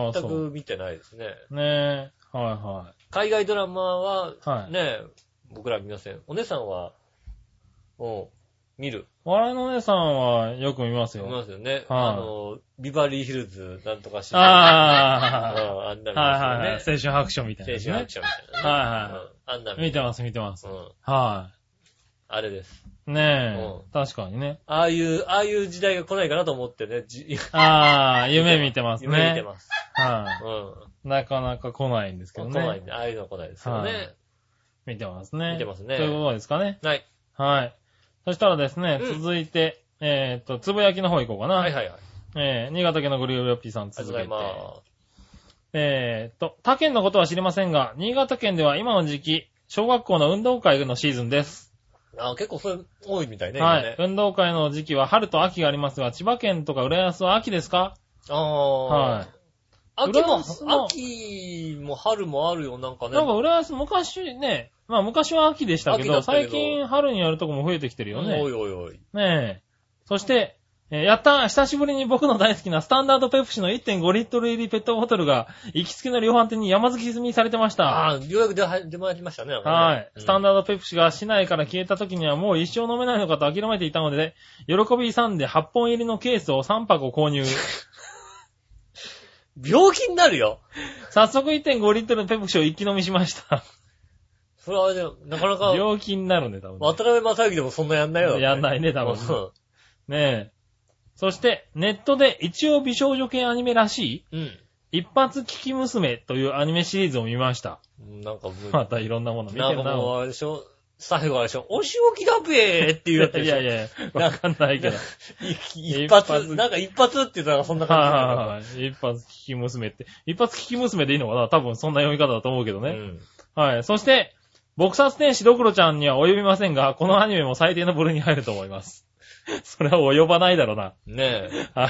全く見てないですね。 ねえ。はいはい。 海外ドラマは、ね、僕ら見ません。お姉さんは、見る。 笑いのお姉さんはよく見ますよ。 見ますよね。ビバリーヒルズなんとかして。 あんな見ますよね。 はいはい。 青春白書みたいな。 青春白書みたいな。 はいはい。 あんな見てます。はい。 あれです。 ねえ。確かにね。 ああいう時代が来ないかなと思ってね。 夢見てますね。 夢見てます。 はい。なかなか来ないんですけどね。 来ないね。ああいうの来ないですよね。 見てますね。 見てますね。 ということですかね。 はい。 はい。そしたらですね、続いて、つぶやきの方行こうかな。 はいはいはい。 新潟県のグリーブヨッピーさん続けて。 ありがとうございます。 他県のことは知りませんが、新潟県では今の時期、小学校の運動会のシーズンです。 結構それ多いみたいね。 はい。運動会の時期は春と秋がありますが、千葉県とか浦安は秋ですか？はい。 秋も春もあるよ、なんかね。 なんか浦安昔ね、まあ昔は秋でしたけど、最近春にやるとこも増えてきてるよね。 おいおいおい。 ねえ。そして、やったー久しぶりに僕の大好きなスタンダードペプシの 1.5 リットル入りペットボトルが行きつけの量販店に山積みされてました。 ようやく出回りましたね。 はい。スタンダードペプシが市内から消えた時にはもう一生飲めないのかと諦めていたので、喜び勇んで8本入りのケースを3箱購入。 病気になるよ。 早速 1.5 リットルのペプシを一気飲みしました。 それはね、なかなか。 病気になるね、多分、ね。 渡辺正行でもそんなやんないよ、 ね。やんないね、多分、ね。ねえ。そして、ネットで一応美少女系アニメらしい、一発危機娘というアニメシリーズを見ました。 なんかまたいろんなもの見てるな。 なんかもうあれでしょ、最後あれでしょ、お仕置きだべーっていうやつでしょ。 いや、わかんないけど。 一発、なんか一発って言ったらそんな感じで。一発危機娘って。一発危機娘でいいのかな？多分そんな読み方だと思うけどね。はい。そして、撲殺天使ドクロちゃんには及びませんが、このアニメも最低の部類に入ると思います。それは及ばないだろうな。 ねえ。はい。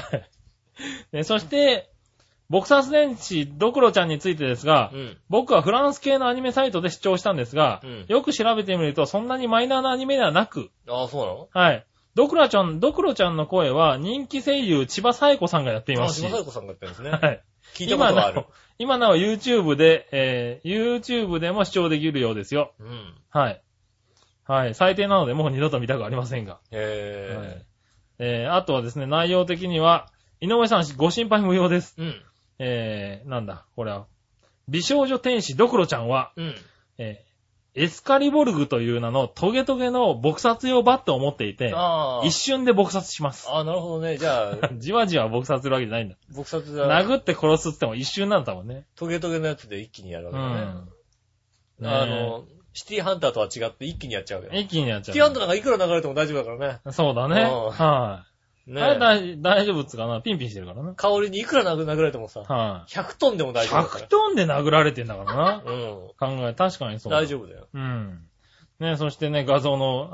そして、撲殺天使ドクロちゃんについてですが、僕はフランス系のアニメサイトで視聴したんですが、よく調べてみるとそんなにマイナーなアニメではなく、 そうなの？ はい。ドクロちゃんの声は人気声優千葉紗恵子さんがやっていますし。 千葉紗恵子さんがやってるんですね。 はい。 聞いたことがある。 今なお YouTube で、YouTube でも視聴できるようですよ。はい。はい。最低なのでもう二度と見たくありませんが。あとはですね、内容的には、井上さんご心配無用です。なんだ、これは。美少女天使ドクロちゃんは、エスカリボルグという名のトゲトゲの撲殺用バットを持っていて、一瞬で撲殺します。 なるほどね。じゃあ。 じわじわ撲殺するわけじゃないんだ。 撲殺だ。 殴って殺すって言っても一瞬なんだもんね。 トゲトゲのやつで一気にやるわけだね。シティハンターとは違って一気にやっちゃうわけだ。 一気にやっちゃう。 シティハンターなんかいくら流れても大丈夫だからね。 そうだね。はい。ね、あれ大丈夫っつかな、ピンピンしてるからな。 香りにいくら殴られてもさ、100トンでも大丈夫だから。 100トンで殴られてんだからな。確かにそう。 大丈夫だよ。 ね、そしてね、画像の、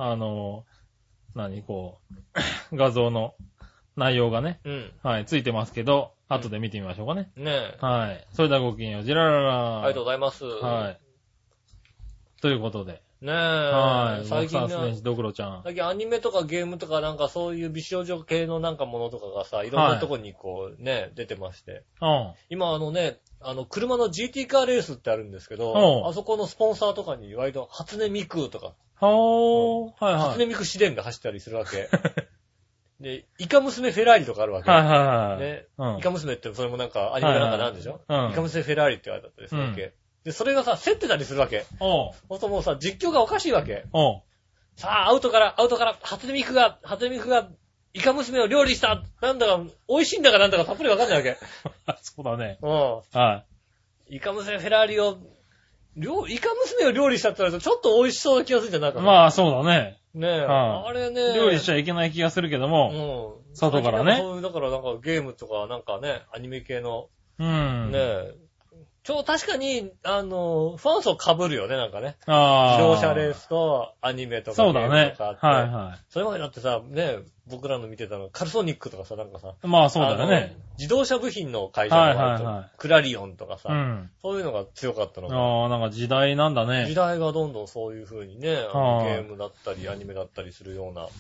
画像の内容がね、はい、ついてますけど、後で見てみましょうかね。 ねえ。はい。それではごきげんよう、ジラララ。 ありがとうございます。 はい。ということで。 ねえ。 はい。最近ね、ドクロちゃん。 最近アニメとかゲームとかなんかそういう美少女系のなんかものとかがさ、いろんなとこにこうね、出てまして。今車の GT カーレースってあるんですけど、あそこのスポンサーとかに割と初音ミクとか、はいはい。初音ミク試練が走ったりするわけ。で、イカ娘フェラーリとかあるわけ。 はいはいはい。 ね。イカ娘ってそれもなんかアニメなんかなんでしょ？イカ娘フェラーリって言われたりするわけ。で、それがさ、競ってたりするわけ。そうするともうさ、実況がおかしいわけ。さあ、アウトから、初音ミクが、イカ娘を料理した、なんだか、美味しいんだかなんだかさっぱりわかんないわけ。 そうだね。 はい。イカ娘フェラーリを、イカ娘を料理したって言われると、ちょっと美味しそうな気がするんじゃないかな。 まあ、そうだね。 ねえ、あれね。 料理しちゃいけない気がするけども、外からね。 だからなんかゲームとかなんかね、アニメ系の、ねえ、確かに、ファン層被るよね、なんかね。自動車レースとアニメとか。 そうだね。 はいはい。それまでだってさ、ね、僕らの見てたの、カルソニックとかさ、なんかさ。 まあそうだよね。 自動車部品の会社のクラリオンとかさ、そういうのが強かったのが。 なんか時代なんだね。 時代がどんどんそういう風にね、ゲームだったりアニメだったりするような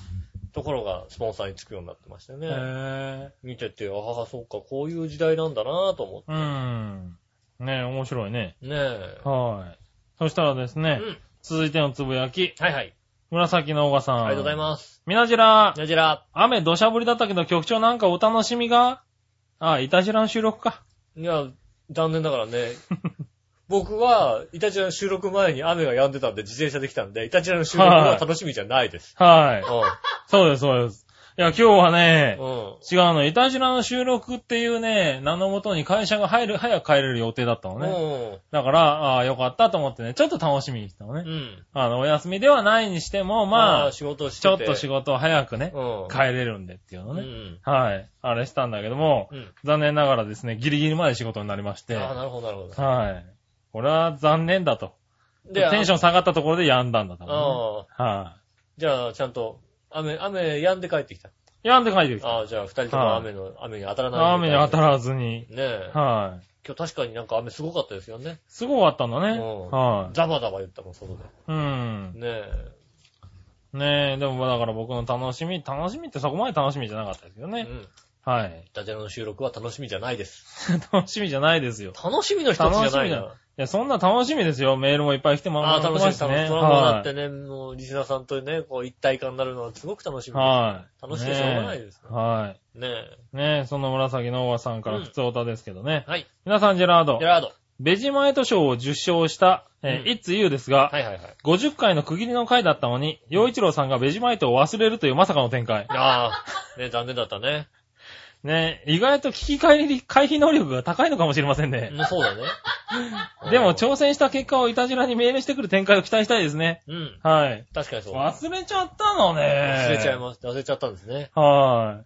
ところがスポンサーにつくようになってましたよね。見てて、ああ、そうか、こういう時代なんだなぁと思って。 ねえ、面白いね。 ねえ。 はい。そしたらですね、続いてのつぶやき。 はいはい。 紫のおばさん。 ありがとうございます。 みなじら。 みなじら。 雨土砂降りだったけど局長なんかお楽しみがいたじらの収録か。 いや、残念だからね。僕は、イタジラの収録前に雨が止んでたんで、自転車できたんで、イタジラの収録は楽しみじゃないです。 はい。そうです、そうです。いや、今日はね、違うの、イタジラの収録っていうね、名のもとに会社が早く帰れる予定だったのね。だから、よかったと思ってね、ちょっと楽しみにしたのね。お休みではないにしても、仕事しててちょっと仕事を早くね、帰れるんでっていうのね。はい。あれしたんだけども、残念ながらですね、ギリギリまで仕事になりまして。 なるほど、なるほど。 はい。これは残念だと。で、テンション下がったところで止んだんだと、ね。はい。 じゃあ、ちゃんと、雨止んで帰ってきた。 止んで帰ってきた。 じゃあ、二人とも雨に当たらない。 雨に当たらずに。 ねえ。 はい。 今日確かになんか雨すごかったですよね。 すごかったんだね。 はい。ザバザバ言ったもん、外で。ねえ。ねえ、でもだから僕の楽しみってそこまで楽しみじゃなかったですよね。はい。 イタジラの収録は楽しみじゃないです。 楽しみじゃないですよ。 楽しみの一つじゃないな。いや、そんな楽しみですよ。メールもいっぱい来てもらってますね。 楽しみですね。それもだってね、もう、リスナーさんとね、こう、一体感になるのはすごく楽しみです。はい。楽しくてしょうがないですね。 はい。ねえ、その紫のおばさんから普通歌ですけどね。 はい。 皆さん、ジェラード。ベジマイト賞を受賞した、It's You ですが、50回の区切りの回だったのに、陽一郎さんがベジマイトを忘れるというまさかの展開。 残念だったね。 ね、意外と危機回避能力が高いのかもしれませんね。 そうだね。 でも挑戦した結果をイタジラにメールしてくる展開を期待したいですね。はい。 確かにそう。 忘れちゃったのね。 忘れちゃったんですね。 はい。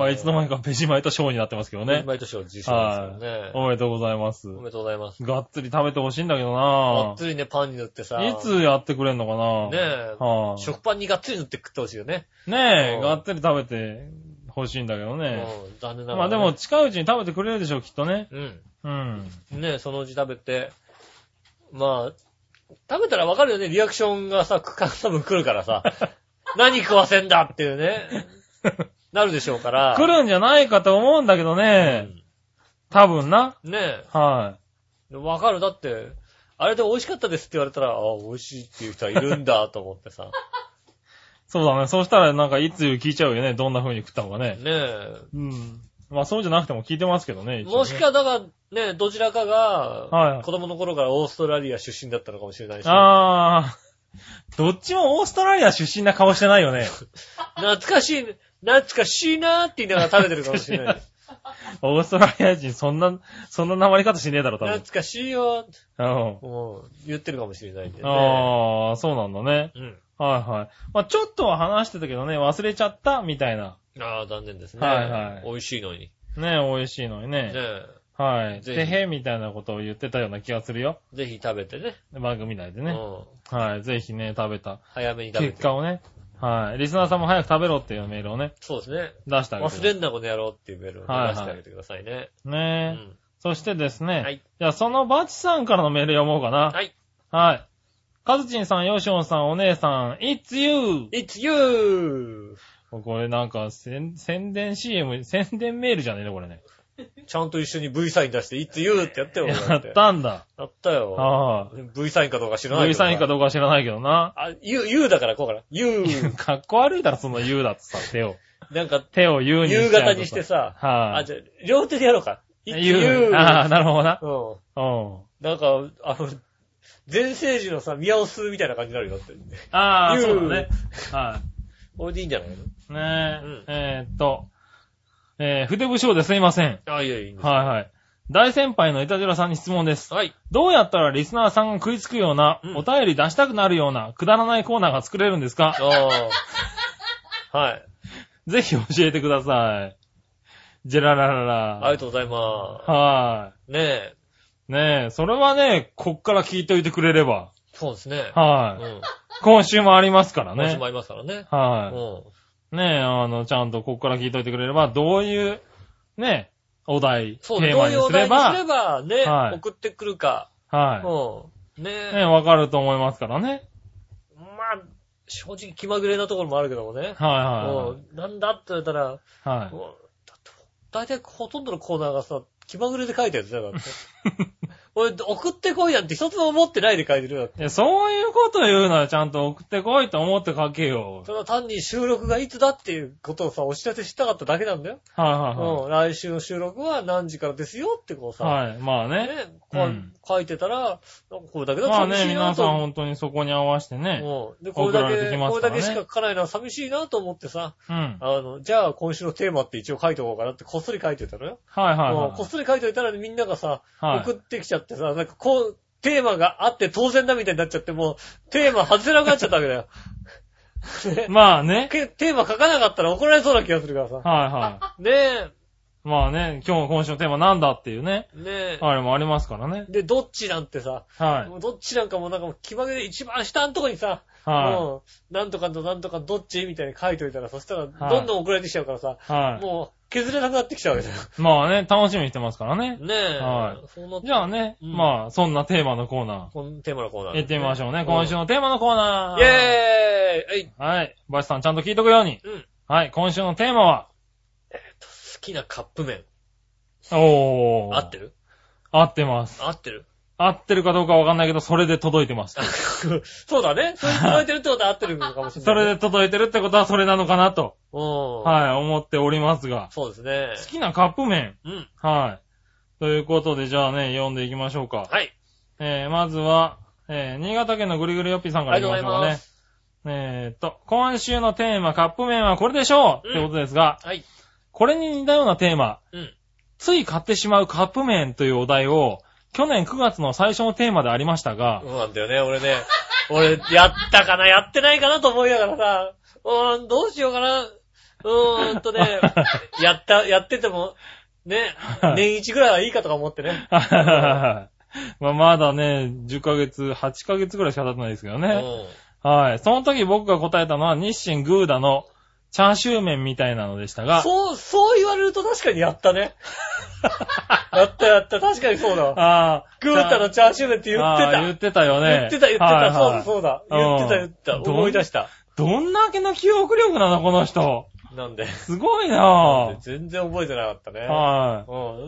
いつの間にかベジマイト賞になってますけどね。 ベジマイト賞受賞ですよね。 おめでとうございます。 おめでとうございます。 がっつり食べてほしいんだけどながっつりね、パンに塗ってさ。 いつやってくれんのかなねえ。食パンにがっつり塗って食ってほしいよね。 ねえ、がっつり食べて。欲しいんだけどね。 残念ながら。 でも近いうちに食べてくれるでしょう、きっとね。 ねそのうち食べて。食べたらわかるよね、リアクションがさ、多分来るからさ。何食わせんだっていうね。なるでしょうから。 来るんじゃないかと思うんだけどね。多分な。 ねえ。 はい。 わかる。だって、あれで美味しかったですって言われたら、美味しいっていう人はいるんだと思ってさ。 そうだね。そうしたらなんかいつ聞いちゃうよね。どんな風に食ったのかね。 ねえ。 そうじゃなくても聞いてますけどね。 もしかだからね、どちらかが、子供の頃からオーストラリア出身だったのかもしれないし。 どっちもオーストラリア出身な顔してないよね。 懐かしいなーって言いながら食べてるかもしれない。 オーストラリア人そんな訛り方しねえだろ、多分。 懐かしいよ言ってるかもしれないんでね。 そうなんだね。はいはい。ちょっとは話してたけどね、忘れちゃったみたいな。 残念ですね。 はいはい。 美味しいのに。 ね美味しいのにね。はい。てへみたいなことを言ってたような気がするよ。 ぜひ食べてね。 番組内でね。はい。ぜひね、食べた。 早めに食べて。 結果をね。はい。リスナーさんも早く食べろっていうメールをね。 そうですね。 出してあげて。 忘れんなこの野郎っていうメールを出してあげてくださいね。 ねえ。そしてですね。はい。じゃあそのバチさんからのメール読もうかな。はい。はい。カズチンさん、ヨシオンさん、お姉さん、It's you!It's you! これなんか、宣伝 CM、宣伝メールじゃねえのこれね。 ちゃんと一緒に V サイン出して、It's you! ってやったよ。 やったんだ。 やったよ。V サインかどうか知らないけど。 V サインかどうか知らないけどな。 You だからこうかな。You! かっこ悪いだろ、その You だってさ、手を。 なんか、 手を You にし夕方にしてさ。じゃあ、両手でやろうか。It's you! なるほどな。 なんか、前世児のさ、宮尾数みたいな感じになるよって。そうだね。はい。 これでいいんじゃないのねえ。筆部賞ですいません。 いや、いいんです。 はいはい。大先輩のイタジラさんに質問です。はい。どうやったらリスナーさんが食いつくような、お便り出したくなるような、くだらないコーナーが作れるんですか？ はい。 ぜひ教えてください。ジェララララ。 ありがとうございます。 はい。ねえ、それはね、こっから聞いといてくれれば。 そうですね。 はい。今週もありますからね。 今週もありますからね。 はい。ねえ、ちゃんとこっから聞いといてくれれば、どういう、ね、お題、テーマにすれば。 どういうお題にすれば、ね、送ってくるか。 はい。ねえ、わかると思いますからね。 正直気まぐれなところもあるけどもね。 はい。 なんだって言ったら、 はい。 だいたいほとんどのコーナーがさ、気まぐれで書いてるんですよ、だって。俺、送ってこいなんて一つも思ってないで書いてるよ。 いや、そういうこと言うならちゃんと送ってこいと思って書けよ。 ただ単に収録がいつだっていうことをさ、お知らせしたかっただけなんだよ。来週の収録は何時からですよってこうさ。 はい、まあね。 書いてたら、これだけだと寂しいなと。 まあね、皆さん本当にそこに合わせてね。 で、これだけしか書かないのは寂しいなと思ってさ。じゃあ今週のテーマって一応書いておこうかなってこっそり書いてたのよ。こっそり書いておいたらみんながさ、送ってきちゃってさ、なんかテーマがあって当然だみたいになっちゃって、もう、テーマ外せなくなっちゃったわけだよ。 まあね。 テーマ書かなかったら怒られそうな気がするからさ。ねえ。 まあね、今週のテーマなんだっていうね。ねえ。あれもありますからね。 で、どっちなんてさ。もうどっちなんかもなんか気まぐれ一番下のとこにさ、もう、なんとかとなんとかどっちみたいに書いといたら、そしたらどんどん送られてきちゃうからさ。もう、削れなくなってきちゃうわけだよ。 まあね、楽しみにしてますからね。 ねえ。 じゃあね、まあ、そんなテーマのコーナー。テーマのコーナー。 行ってみましょうね。今週のテーマのコーナー。 イェーイはい。バシさんちゃんと聞いとくように。はい。今週のテーマは好きなカップ麺。 おー。 合ってる？ 合ってます。 合ってる？ 合ってるかどうかわかんないけど、それで届いてます。 そうだね。それで届いてるってことは合ってるのかもしれない、ね。 それで届いてるってことはそれなのかなと。はい、思っておりますが。 そうですね。 好きなカップ麺。はい。ということで、じゃあね、読んでいきましょうか。 はい。 まずは、新潟県のぐりぐりよっぴーさんからいきましょうかね。今週のテーマ、カップ麺はこれでしょう、ってことですが、はい。これに似たようなテーマ、つい買ってしまうカップ麺というお題を、去年9月の最初のテーマでありましたが。 そうなんだよね、俺、やったかな、やってないかなと思いながらさ、どうしようかな。やってても、ね、年1ぐらいはいいかとか思ってね。 まだね、10ヶ月、8ヶ月ぐらいしか経ってないですけどね。はい。その時僕が答えたのは日清グーダのチャーシュー麺みたいなのでしたが。 そう言われると確かにやったね。やった。確かにそうだわ。グータのチャーシュー麺って言ってた。 言ってたよね。 言ってた。そうだ。言ってた。思い出した。 どんだけの記憶力なの、この人。 なんで。 すごいなぁ。 全然覚えてなかったね。 はい。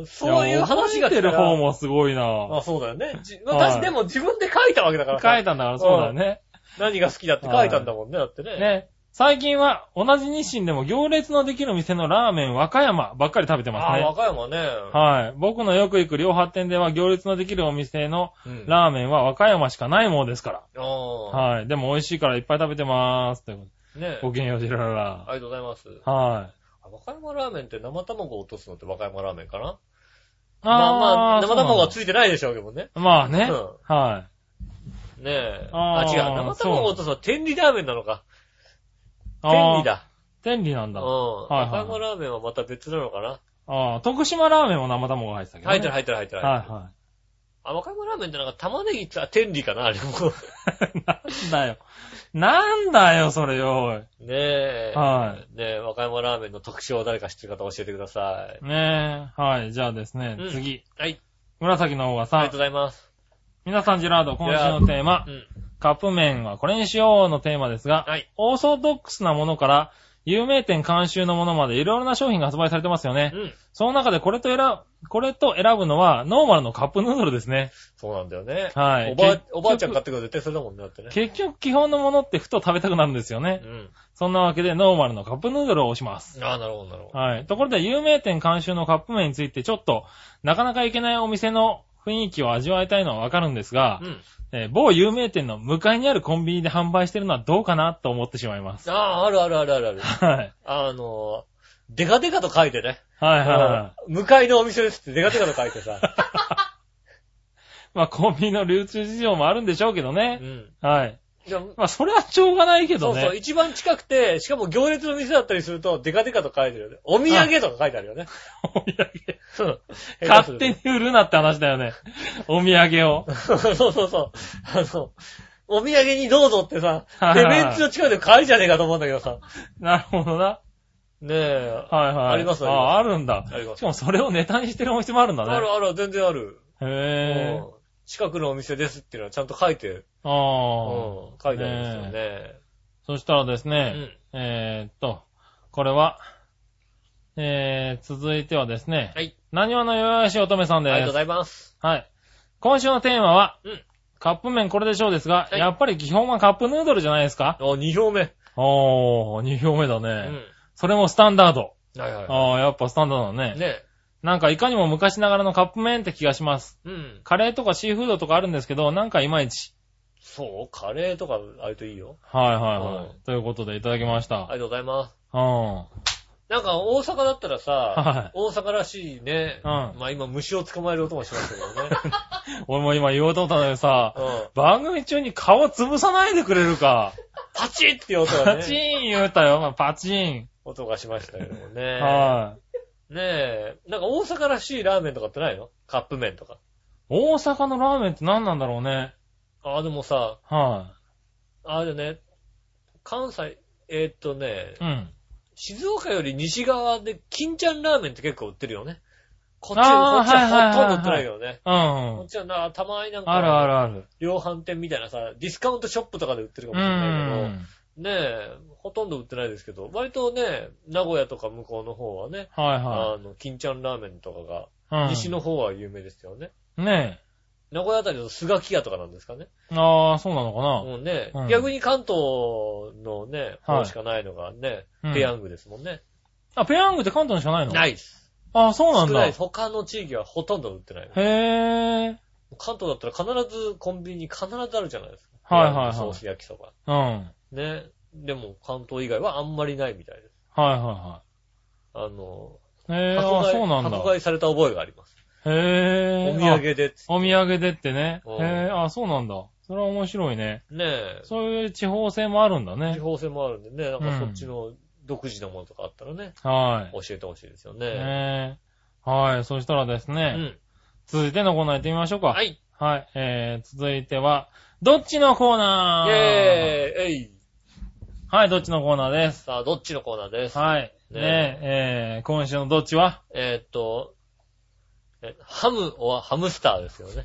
そういう話が来てる方もすごいなぁ。 そうだよね。私でも自分で書いたわけだから書いたんだから、そうだよね。 何が好きだって書いたんだもんね、だってね。 ね。最近は同じ日清でも行列のできる店のラーメン和歌山ばっかり食べてますね。 和歌山ね。 はい。僕のよく行く量販店では行列のできるお店のラーメンは和歌山しかないものですから。はい。でも美味しいからいっぱい食べてまーす。ということで。ね。ごきげんよう、ジラララ。 ありがとうございます。 はい。 和歌山ラーメンって生卵を落とすのって和歌山ラーメンかな？まあ、生卵はついてないでしょうけどね。 まあね。はい。 ねえ。違う。生卵を落とすのは天理ラーメンなのか。天理だ。 天理なんだ。 和歌山ラーメンはまた別なのかな。 徳島ラーメンも生卵が入ってたけどね。 入ってる。はい。和歌山ラーメンってなんか玉ねぎ天理かなあれも。 なんだよ、それよ。 ねえ。 はい。 ねえ、和歌山ラーメンの特徴を誰か知ってる方教えてください。 ねえ。はい。じゃあですね、次。 はい。 紫のオーガさん。 ありがとうございます。 皆さん、ジェラード、今週のテーマ。カップ麺はこれにしようのテーマですが、オーソドックスなものから有名店監修のものまでいろいろな商品が発売されてますよね。その中でこれと選ぶのはノーマルのカップヌードルですね。 そうなんだよね。 はい。 おばあちゃん買ってくる絶対それだもんね、だってね。 結局基本のものってふと食べたくなるんですよね。そんなわけでノーマルのカップヌードルを押します。 なるほど。 はい。ところで有名店監修のカップ麺についてちょっとなかなか行けないお店の雰囲気を味わいたいのはわかるんですが、某有名店の向かいにあるコンビニで販売してるのはどうかなと思ってしまいます。 ある。 はい。 デカデカと書いてね。 はい。 向かいのお店ですってデカデカと書いてさ。 まあ、コンビニの流通事情もあるんでしょうけどね。はい。まあ、それはしょうがないけどね。 そう、一番近くて、しかも行列の店だったりすると、デカデカと書いてるよね。お土産とか書いてあるよね。 お土産。勝手に売るなって話だよね。お土産を。 そう。お土産にどうぞってさ、レベンチの近くで買いじゃねえかと思うんだけどさ。 なるほどな。 ねえ。 はい。 ありますあるんだ。しかもそれをネタにしてるお店もあるんだね。 ある、全然ある。 へぇー。 近くのお店ですっていうのはちゃんと書いて、書いてあるんですよね。 そしたらですね、これは、続いてはですね、はい。何話のよよし乙女さんです。 ありがとうございます。 はい。今週のテーマは、カップ麺これでしょうですが、はい、やっぱり基本はカップヌードルじゃないですか？ 2票目。 2票目だね。それもスタンダード。 はいはい。 やっぱスタンダードだね。 ね。 なんかいかにも昔ながらのカップ麺って気がします。カレーとかシーフードとかあるんですけど、なんかいまいち。 そうカレーとかあるといいよ。 はい。ということでいただきました。 ありがとうございます。なんか大阪だったらさ、大阪らしいね。まあ今虫を捕まえる音もしますけどね。 俺も今言おうと思ったんだけどさ、番組中に顔潰さないでくれるか。 パチッっていう音がね。 パチーン言うたよ、パチーン。 音がしましたけどもね。ねえ、なんか大阪らしいラーメンとかってないの？カップ麺とか。 大阪のラーメンって何なんだろうね。 でもさ、でね、関西、静岡より西側で金ちゃんラーメンって結構売ってるよね。こっちはほとんど売ってないよね。こっちはたまになんか、 ある。 量販店みたいなさ、ディスカウントショップとかで売ってるかもしれないけど、ねえ、ほとんど売ってないですけど、割とね、名古屋とか向こうの方はね、金ちゃんラーメンとかが、西の方は有名ですよね。 ねえ。 名古屋あたりのスガキ屋とかなんですかね。 そうなのかな。逆に関東のね、方しかないのがね、ペヤングですもんね。 ペヤングって関東にしかないの？ ないです。 そうなんだ。 少ないです。他の地域はほとんど売ってない。 へー。 関東だったら必ずコンビニに必ずあるじゃないですか。ソース焼きそば。ね。でも関東以外はあんまりないみたいです。 そうなんだ。 迫害された覚えがあります。 お土産で。 お土産でってね。そうなんだ。それは面白いね。 ねえ。 そういう地方性もあるんだね。 地方性もあるんでね。なんかそっちの独自のものとかあったらね。教えてほしいですよね。 そしたらですね。続いてのコーナー行ってみましょうか。続いては、どっちのコーナーどっちのコーナーです。 さあ、どっちのコーナーです。 今週のどっちはハムはハムスターですよね。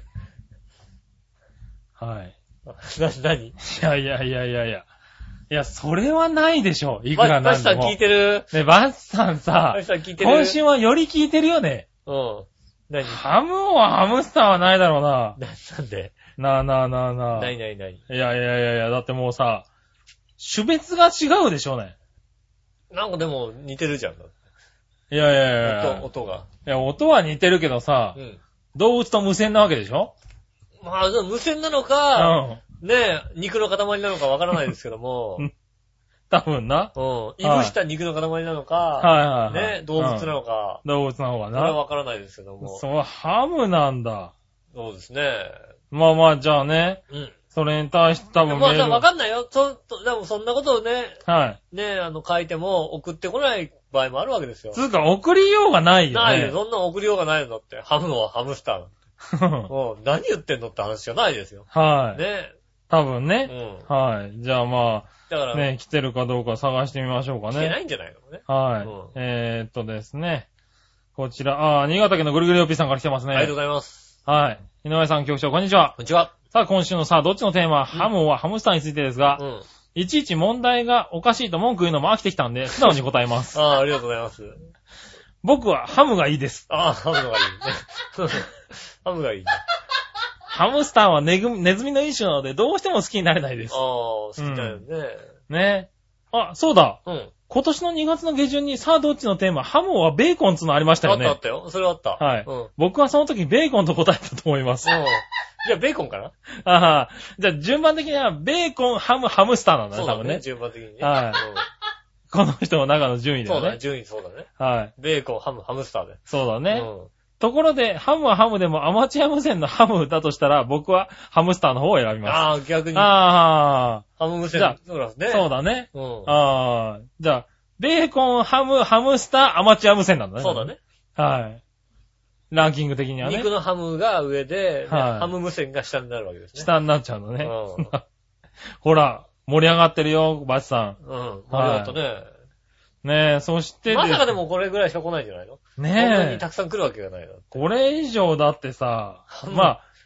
何？ いや、それはないでしょ。いくらなんでも。 バッさん聞いてる？ ね、バッさんさ、今週はより聞いてるよね。 何？ ハムはハムスターはないだろうな。 なんで？ 何？いや、だってもうさ、種別が違うでしょうね。 なんかでも似てるじゃん。 いや。 音が。 いや、音は似てるけどさ、動物と無線なわけでしょ？ まあ、無線なのか、肉の塊なのかわからないですけども。 多分な。 いぶした肉の塊なのか、動物なのか。 動物の方がな。 それはわからないですけども。 ハムなんだ。 そうですね。 まあ、じゃあね。それに対して多分まあわかんないよ。でもそんなことをね。書いても送ってこない場合もあるわけですよ。 つうか、送りようがないよね。 ないよ。そんな送りようがないのって。ハムはハムスターなんて。何言ってんのって話じゃないですよ。 多分ね。じゃあまあ、 だからね、来てるかどうか探してみましょうかね。 来てないんじゃないのね。ですね。こちら、新潟県のぐるぐるよっぴーさんから来てますね。 ありがとうございます。 井上さん局長、こんにちは。 こんにちは。 さあ、今週のどっちのテーマ、ハムはハムスターについてですが、いちいち問題がおかしいと文句言うのも飽きてきたんで、素直に答えます。 ありがとうございます。 僕はハムがいいです。 ハムがいいね。ハムがいいね。 ハムスターはネズミの一種なので、どうしても好きになれないです。 好きだよね。 ね。そうだ。今年の2月の下旬にどっちのテーマ、ハムはベーコンつのありましたよね。 あったよ。それはあった。 僕はその時ベーコンと答えたと思います。 じゃあベーコンかな？ じゃあ順番的にはベーコン、ハムスターなんだね、多分ね。 順番的にね。 この人の中の順位だよね。 そうだね、順位そうだね。ベーコン、ハムスターで。 そうだね。ところで、ハムはハムでもアマチュア無線のハムだとしたら、僕はハムスターの方を選びます。 逆に。ハム無線。 そうだね。じゃあ、ベーコン、ハムスター、アマチュア無線なんだね。 そうだね。 ランキング的にはね。 肉のハムが上で、ハム無線が下になるわけですね。 下になっちゃうのね。ほら、盛り上がってるよ、バチさん。 盛り上がったね。 ねえ、そしてまさかでもこれぐらいしか来ないんじゃないの？ ねえ。 こんなにたくさん来るわけがないの。 これ以上だってさ、ま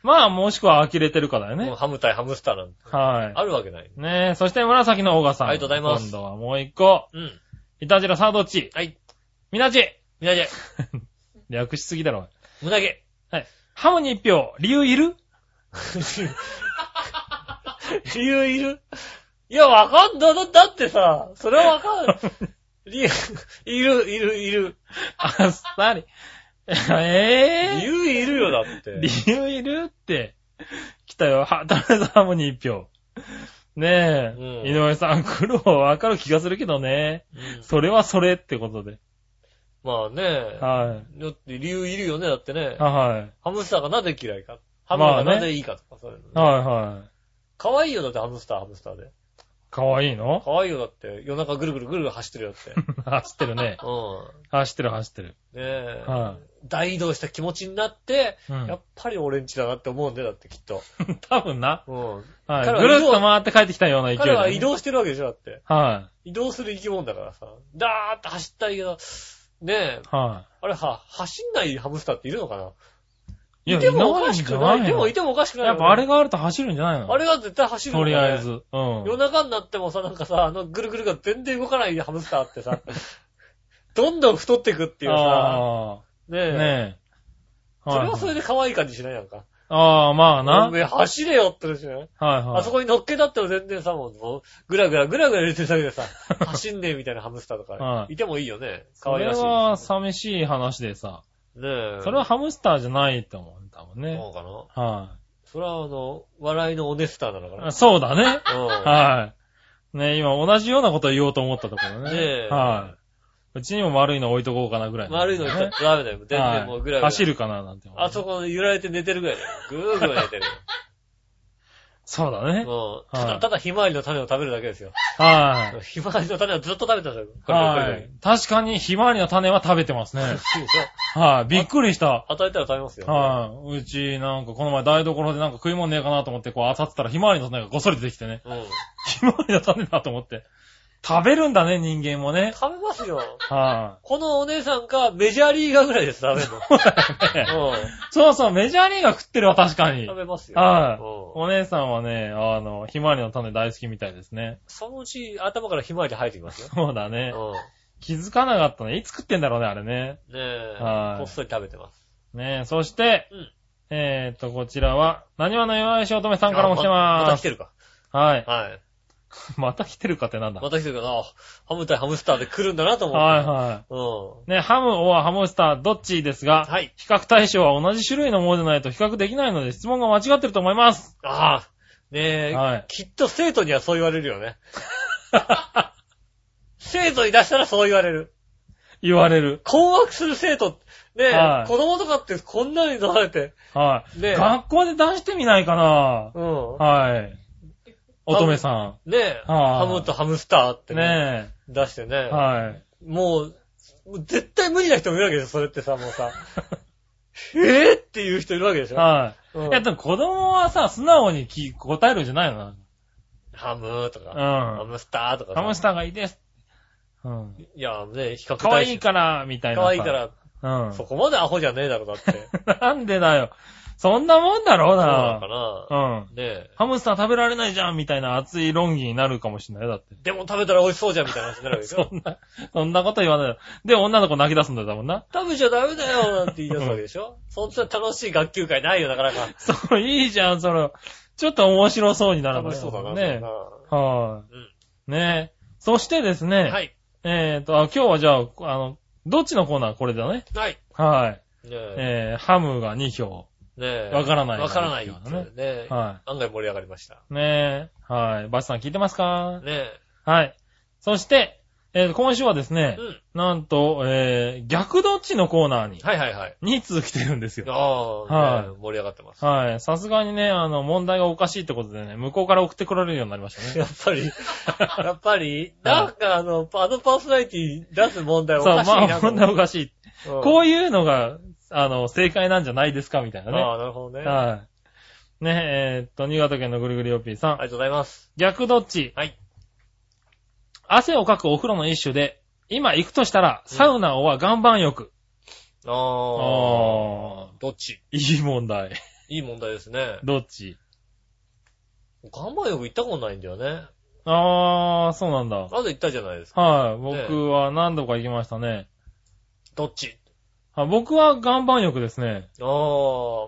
まあ、もしくは呆れてるかだよね。 ハム対ハムスターなんて。 はい。 あるわけない。 ねえ、そして紫のオーガさん。 ありがとうございます。 今度はもう一個。 うん。 いたじらさあどっち？ はい。 みなじ。 みなじ。 略しすぎだろ。 むなげ。 はい。ハムに一票、理由いる？ 理由いる？いや、わかんだってさ、それはわかんない。理由、いる。 あっさり。理由いるよ、だって。 理由いるって。来たよ。とりあえずハムに一票。ねえ、うん、井上さん、苦労はわかる気がするけどね。うん、それはそれってことで。 まあね。 はい。 だって理由いるよね、だってね。 はい。 ハムスターがなぜ嫌いか。ハムがなぜいいかとか、そういうの、ね。 はいはい。 可愛いよ、だってハムスターで。 可愛いの？ 可愛いよ、だって。夜中ぐるぐる走ってるよって。 走ってるね。 うん。 走ってる。ねえ。はい。大移動した気持ちになって、うん、やっぱり俺んちだなって思うんだよ、だってきっと。 多分な。 うん。 はい。ぐるっと回って帰ってきたような勢い、ね。 彼は移動してるわけでしょ、だって。 はい。 移動する生き物だからさ。ダーって走ったりよ。ねえ。 はい。 あれ走んないハムスターっているのかな？ いや、 いてもおかしくない。でもいてもおかしくない、 ね。やっぱあれがあると走るんじゃないの？ あれが絶対走るんだよ、ね。 とりあえず。うん。 夜中になってもさ、なんかさ、ぐるぐるが全然動かないハムスターってさ、どんどん太ってくっていうさ、ねえ。 ねえ。 それはそれで可愛い感じしないなんか。 ああ、まあな。 走れよって言うしね。 はいはい。 あそこに乗っけだったら全然さ、もう、ぐらぐら入れてるだけでさ、走んねえみたいなハムスターとか、はい、いてもいいよね。可愛らしい、ね。 それは寂しい話でさ。 ねえ。 それはハムスターじゃないと思う。多分ね。 そうかな。 はい。 それは笑いのオネスターなのかな。 そうだね。はい。ねえ、今同じようなことを言おうと思ったところね。 ねえ。 はい。うちにも丸いの置いとこうかなぐらい、 ね。丸いの置いとダメだよ。全然もうぐらい。 走るかななんて。 あそこ揺られて寝てるぐらいだよ。ぐーぐー寝てる。 そうだね。 ただひまわりの種を食べるだけですよ。 はい。 ひまわりの種をずっと食べてたよ。 はい。確かにひまわりの種は食べてますね。はい。びっくりした。 与えたら食べますよ。 はい。うちなんかこの前台所でなんか食い物ねえかなと思ってこう当たってたらひまわりの種がごっそり出てきてね。ひまわりの種だと思って。食べるんだね、人間もね。 食べますよ。 はい。 このお姉さんかメジャーリーガーぐらいです、食べるの。 そうそう、メジャーリーガー食ってるわ、確かに。 食べますよ。 はい。お姉さんはね、ひまわりの種大好きみたいですね。 そのうち頭からひまわり生えてきますよ。 そうだね。気づかなかったね。いつ食ってんだろうね、あれね。 ねえ。はい。こっそり食べてます。 ねえ、そして、こちらは、なにわの弱いしおとめさんからも来てまーす。 また来てるか。 はい。 はい。 また来てるかってなんだ。 また来てるかな。ハム対ハムスターで来るんだなと思って。 はいはい。うん。ね、ハムはハムスターどっちですが、 はい。 比較対象は同じ種類のものでないと比較できないので質問が間違ってると思います。 ああ。ねえ、はい。きっと生徒にはそう言われるよね。生徒に出したらそう言われる。 言われる。 困惑する生徒。ねえ、はい、子供とかってこんなに出されて。 はい。ね、学校で出してみないかな。うん。はい。乙女さん。ねえ、ハムとハムスターってね。出してね。 はい。 もう絶対無理な人もいるわけですよ、それってさ、もうさ。っていう人いるわけでしょ。 はい。いや、でも子供はさ、素直に答えるんじゃないの？ ハムとか、 ハムスターとか。 ハムスターがいいです。 うん。いや、ね、比較的。 可愛いから、みたいな。 可愛いから。 うん。 そこまでアホじゃねえだろ、だって。 なんでだよ。そんなもんだろうな。そうなのかな。 うん。ねえ。ハムスター食べられないじゃんみたいな熱い論議になるかもしれないよ、だって。 でも食べたら美味しそうじゃんみたいな話になるわけでしょ。 そんなこと言わないよ。で、女の子泣き出すんだよ、多分な。 食べちゃダメだよ、なんて言い出すわけでしょ。そんな楽しい学級会ないよ、なかなか。 そう、いいじゃん、それ。ちょっと面白そうになる楽しそうだな、 ね。はい。ねえ。そしてですね。 はい。 今日はじゃあ、どっちのコーナーこれだね。 はい。 はい。ハムが2票。 ねえ。 わからない。 わからない。ねえ。 はい。 案外盛り上がりました。 ねえ。はい。バチさん聞いてますか？ ねえ。 はい。そして、今週はですね、なんと、逆どっちのコーナーに、 はいはいはい。 2通来てるんですよ。 はい。盛り上がってます。 はい。さすがにね、問題がおかしいってことでね、向こうから送ってこられるようになりましたね。 やっぱり、なんかパーソナリティ出す問題おかしいな。 そう、まあ、問題おかしい。こういうのが、正解なんじゃないですかみたいなね。 ああ、なるほどね。 はい。ね新潟県のぐるぐるよっぴーさん。 ありがとうございます。 逆どっち？ はい。 汗をかくお風呂の一種で、今行くとしたら、サウナは岩盤浴。 どっち？ いい問題。 いい問題ですね。 どっち？ 岩盤浴行ったことないんだよね。 そうなんだ。 まだ行ったじゃないですか。 はい。僕は何度か行きましたね。 どっち？ 僕は岩盤浴ですね。 はい。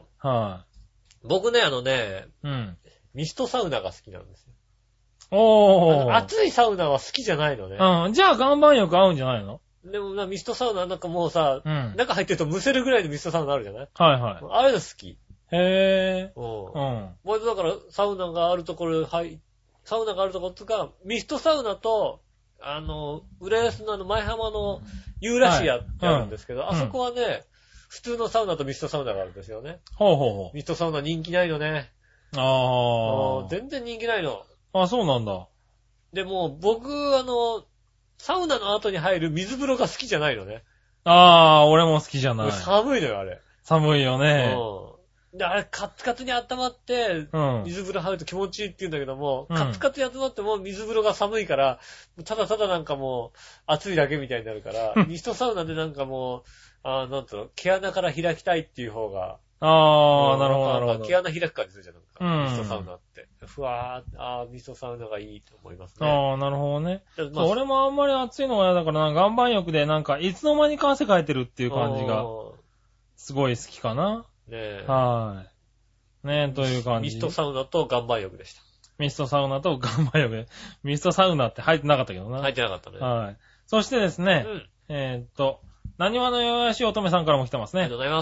僕ね、 うん。 ミストサウナが好きなんですよ。暑いサウナは好きじゃないのね。 うん。じゃあ岩盤浴合うんじゃないの？でもミストサウナなんかもうさ、中入ってるとむせるぐらいのミストサウナあるじゃない？ はいはい。 あれが好き。 へぇー。僕だからサウナがあるところサウナがあるところとか、ミストサウナと、浦安の前浜のユーラシアってあるんですけど、あそこはね、普通のサウナとミストサウナがあるんですよね。ミストサウナ人気ないのね。全然人気ないの。 そうなんだ。 でも、僕、サウナの後に入る水風呂が好きじゃないのね。 俺も好きじゃない。 寒いのよ、あれ。 寒いよね。 で、あれ、カツカツに温まって、水風呂入ると気持ちいいって言うんだけども、カツカツに温まっても水風呂が寒いから、ただただなんかもう、暑いだけみたいになるから、ミストサウナでなんかもう、なんとの、毛穴から開きたいっていう方が、 なるほど、なるほど。 毛穴開く感じするじゃん、ミストサウナって。ふわー、ミストサウナがいいと思いますね。 なるほどね。俺もあんまり暑いのが嫌だからな、岩盤浴でなんか、いつの間にか汗かいてるっていう感じが、すごい好きかな。ねえ。はい。ねえ、という感じ。 ミストサウナと岩盤浴でした。 ミストサウナと岩盤浴で。ミストサウナって入ってなかったけどな。 入ってなかったね。 はい。そしてですね、何話のよやしい乙女さんからも来てますね。 ありがとうございます。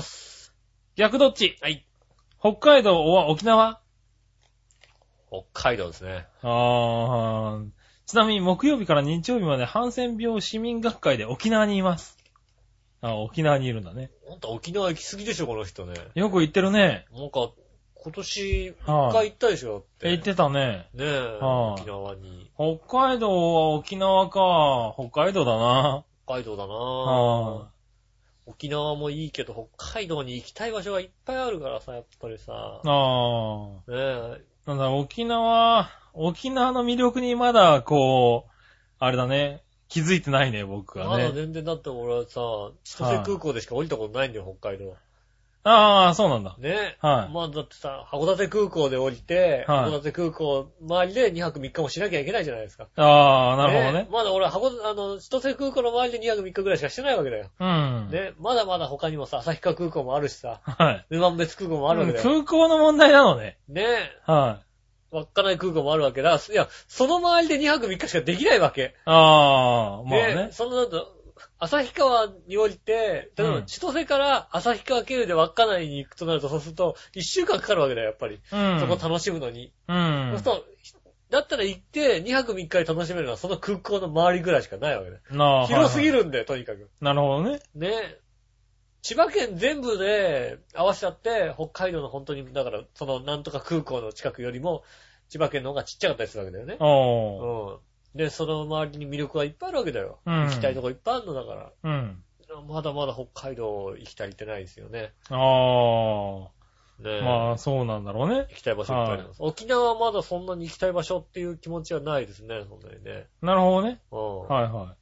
逆どっち？ はい。 北海道は沖縄？ 北海道ですね。 ちなみに木曜日から日曜日までハンセン病市民学会で沖縄にいます。沖縄にいるんだね。 ほんと沖縄行き過ぎでしょ、この人ね。 よく行ってるね。 なんか、今年、一回行ったでしょって。 行ってたね。 ねえ、沖縄に。 北海道は沖縄か。北海道だな。 北海道だな。沖縄もいいけど、北海道に行きたい場所がいっぱいあるからさ、やっぱりさ。ねえ。 なんだ、沖縄の魅力にまだ、あれだね。気づいてないね、僕はね。 まだ全然だって俺はさ、千歳空港でしか降りたことないんだよ、北海道。 そうなんだ。 ね。はい。まあだってさ、函館空港で降りて、函館空港周りで2泊3日もしなきゃいけないじゃないですか。 なるほどね。 まだ俺千歳空港の周りで2泊3日ぐらいしかしてないわけだよ。ね。まだまだ他にもさ、旭川空港もあるしさ。はい。女満別空港もあるわけだよ。 空港の問題なのね。 ね。はい。稚内空港もあるわけだ。いや、その周りで2泊3日しかできないわけ。まあね。そのだと、旭川に降りて、例えば千歳から旭川経由で稚内に行くとなると、そうすると、1週間かかるわけだよ、やっぱり。そこ楽しむのに。そうすると、だったら行って、2泊3日で楽しめるのは、その空港の周りぐらいしかないわけだよ。広すぎるんだよ、とにかく。 なるほどね。 ね。千葉県全部で合わせちゃって、北海道の本当に、だから、そのなんとか空港の近くよりも、千葉県の方がちっちゃかったりするわけだよね。で、その周りに魅力がいっぱいあるわけだよ。行きたいとこいっぱいあるのだから。まだまだ北海道行き足りてないですよね。 ね、まあ、そうなんだろうね。 行きたい場所いっぱいあります。沖縄はまだそんなに行きたい場所っていう気持ちはないですね、そんなにね。 なるほどね。はいはい。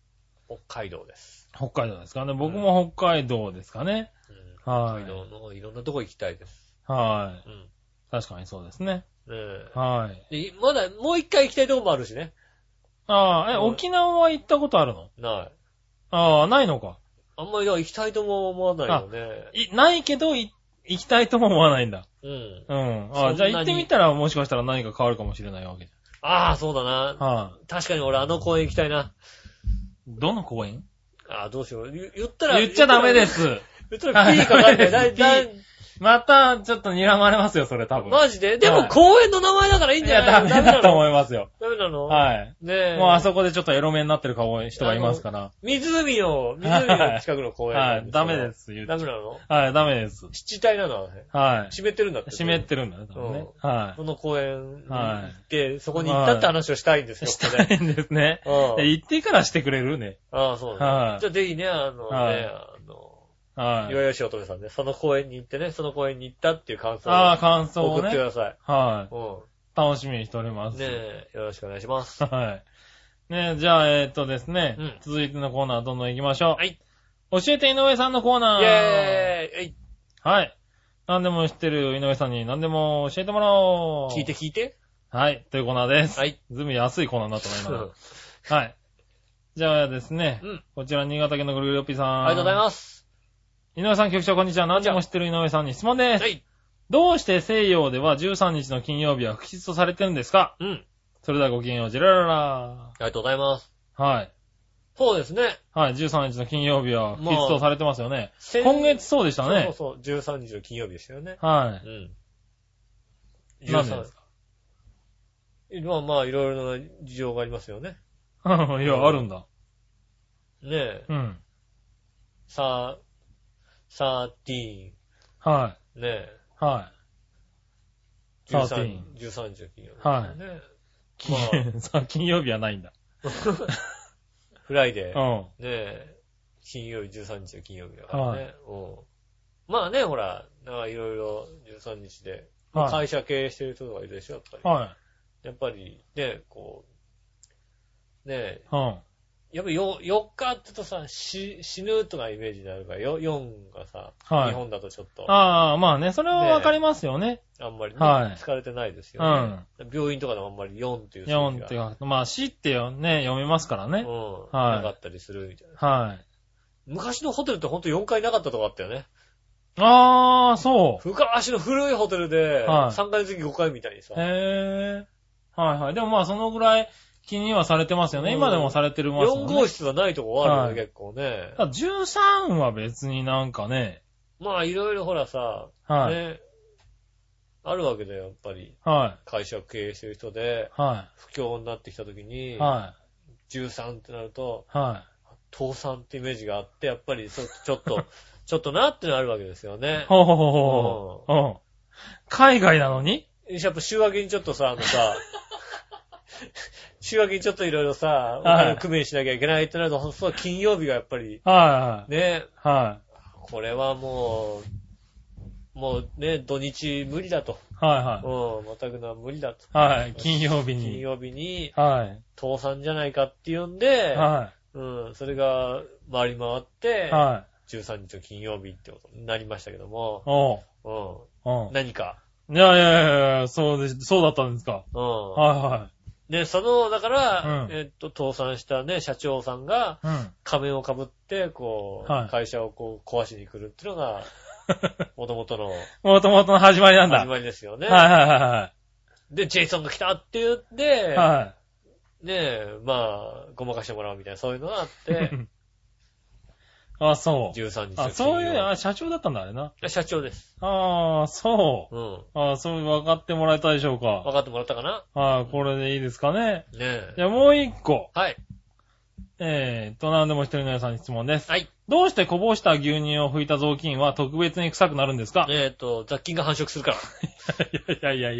北海道です。 北海道ですかね。僕も北海道ですかね。 北海道のいろんなとこ行きたいです。 はい。確かにそうですね。 はい。まだもう一回行きたいとこもあるしね。 沖縄は行ったことあるの？ ない。 ないのか。 あんまり行きたいとも思わないよね。 ないけど行きたいとも思わないんだ。じゃあ行ってみたらもしかしたら何か変わるかもしれないわけじゃん。そうだな。確かに俺公園行きたいな。 どの公園？ どうしよう。言っちゃダメです。 言ったら P かかんない。 また、ちょっと睨まれますよ、それ多分。 マジで？でも公園の名前だからいいんじゃない？ いや、ダメだと思いますよ。 ダメなの？ はい。ねえ。もうあそこでちょっとエロ目になってる人がいますから。 湖の近くの公園。 はい、ダメです。 ダメなの？ はい、ダメです。 湿地帯なの？はい。湿ってるんだって。 湿ってるんだね、多分ね。はい。 その公園行って、そこに行ったって話をしたいんですよ。 したいんですね。行ってからしてくれるね。 そうだね。じゃあぜひね、岩吉乙女さんね、その公園に行ってね、その公園に行ったっていう感想を。 感想をね。 送ってください。 はい。楽しみにしております。 ねえ、よろしくお願いします。 はい。ねえ、じゃあ、ですね、続いてのコーナーどんどん行きましょう。はい。教えて井上さんのコーナー。 イェーイ。 はい。 何でも知ってる井上さんに何でも教えてもらおう。 聞いて。 はい、というコーナーです。 はい。 ずいぶん安いコーナーになったな、今。はい。じゃあですね、こちら新潟県のぐるぐるよっぴーさん。 ありがとうございます。 井上さん局長こんにちは。何でも知ってる井上さんに質問です。はい。どうして西洋では13日の金曜日は不吉とされてるんですか？それではごきげんよう、ジェラララ。 ありがとうございます。はい。 そうですね。はい、13日の金曜日は不吉とされてますよね。今月そうでしたね。 そう、13日の金曜日でしたよね。 はい。何でですか？ まあ、いろいろな事情がありますよね。 いや、あるんだ。 ねえ。13。 はい。 ねえ。 はい。 13日の金曜日。 はい。金曜日はないんだ。 フライデー。ねえ。金曜日、13日の金曜日だからね。まあね、ほら、いろいろ13日で、会社経営してる人とかいるでしょ、やっぱり。はい。やっぱり、ね、こう、ねえ。やっぱり4日って言うとさ、死ぬとかイメージになるから、4がさ、日本だとちょっと。ああ、まあね、それはわかりますよね。あんまりね、疲れてないですよね。病院とかでもあんまり4っていう数字が。4っていうか、まあ死ってね、読めますからね。なかったりするみたいな。はい。昔のホテルってほんと4階なかったとこあったよね。ああ、そう。昔の古いホテルで、3階の次5階みたいにさ。へー。はいはい。でもまあそのぐらい、気にはされてますよね。今でもされてるますもんね。4号室がないとこあるよね、結構ね。13は別になんかね。まあ、いろいろほらさ、ね、あるわけだよ、やっぱり。会社を経営してる人で、不況になってきた時に、13ってなると、倒産ってイメージがあって、やっぱりちょっとなってのあるわけですよね。海外なのに？やっぱ週明けにちょっとさ、週明けにちょっといろいろさ、お金工面しなきゃいけないってなると、そう金曜日がやっぱり、ね、これはもうね、土日無理だと。またぐのは無理だと。金曜日に、倒産じゃないかっていうんで、それが回り回って、13日の金曜日ってことになりましたけども、何か。いや、そうだったんですか。で、だから、倒産したね、社長さんが、仮面をかぶって、こう、会社をこう、壊しに来るっていうのが、元々の始まりなんだ。始まりですよね。で、ジェイソンが来たって言って、ねまあ、ごまかしてもらうみたいな、そういうのがあって、あ、そう。13日。そういう、社長だったんだ、あれな。社長です。そう。そう分かってもらえたでしょうか。分かってもらったかな？これでいいですかね。じゃあもう一個。はい。何でも一人の皆さんに質問です。はい。どうしてこぼした牛乳を拭いた雑巾は特別に臭くなるんですか？雑菌が繁殖するから。いや。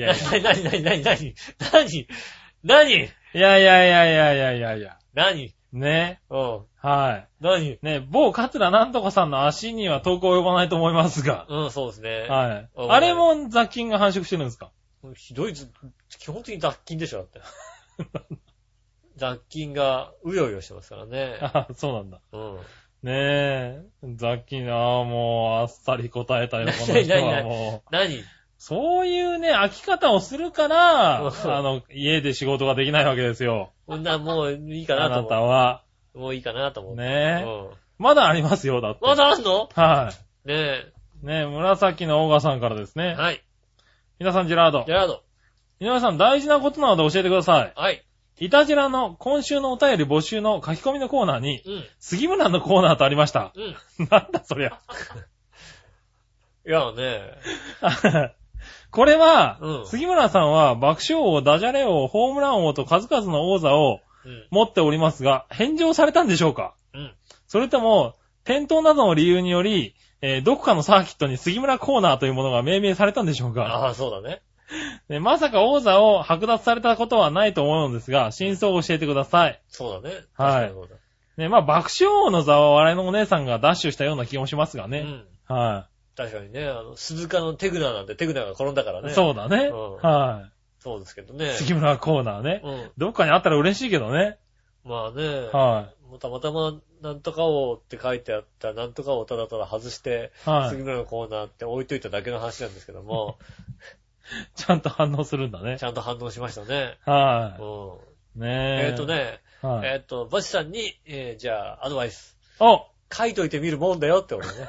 何いや。何ね。はい。何ね、某桂なんとかさんの足には遠く及ばないと思いますが。そうですね。はい。あれも雑菌が繁殖してるんですか？ひどい基本的に雑菌でしょ、だって。雑菌がうようよしてますからね。そうなんだ。ねえ。雑菌、もう、あっさり答えたよ、この人はもう。何そういうね、飽き方をするから、家で仕事ができないわけですよ。もういいかなと思って。あなたは。もういいかなと思って。ねえ。まだありますよ、だって。まだあんの？はい。ねえ、紫のオーガさんからですね。はい。皆さん、ジェラード。皆さん、大事なことなので教えてください。はい。イタジラの今週のお便り募集の書き込みのコーナーに、杉村のコーナーとありました。なんだそりゃ。いやね。これは、杉村さんは爆笑王、ダジャレ王、ホームラン王と数々の王座を持っておりますが、返上されたんでしょうか？それとも、転倒などの理由により、どこかのサーキットに杉村コーナーというものが命名されたんでしょうか？そうだね。まさか王座を剥奪されたことはないと思うのですが、真相を教えてください。そうだね。はい。まあ、爆笑王の座は笑いのお姉さんがダッシュしたような気もしますがね。はい。確かにね、鈴鹿のテグナーなんてテグナーが転んだからね。そうだね。はい。そうですけどね。杉村コーナーね。どっかにあったら嬉しいけどね。まあね。はい。 たまたまなんとか王って書いてあったなんとか王ただただ外して、杉村のコーナーって置いといただけの話なんですけども。 ちゃんと反応するんだね。 ちゃんと反応しましたね。 はい。ねえ。バチさんに、じゃあ、アドバイス。書いといてみるもんだよってことね。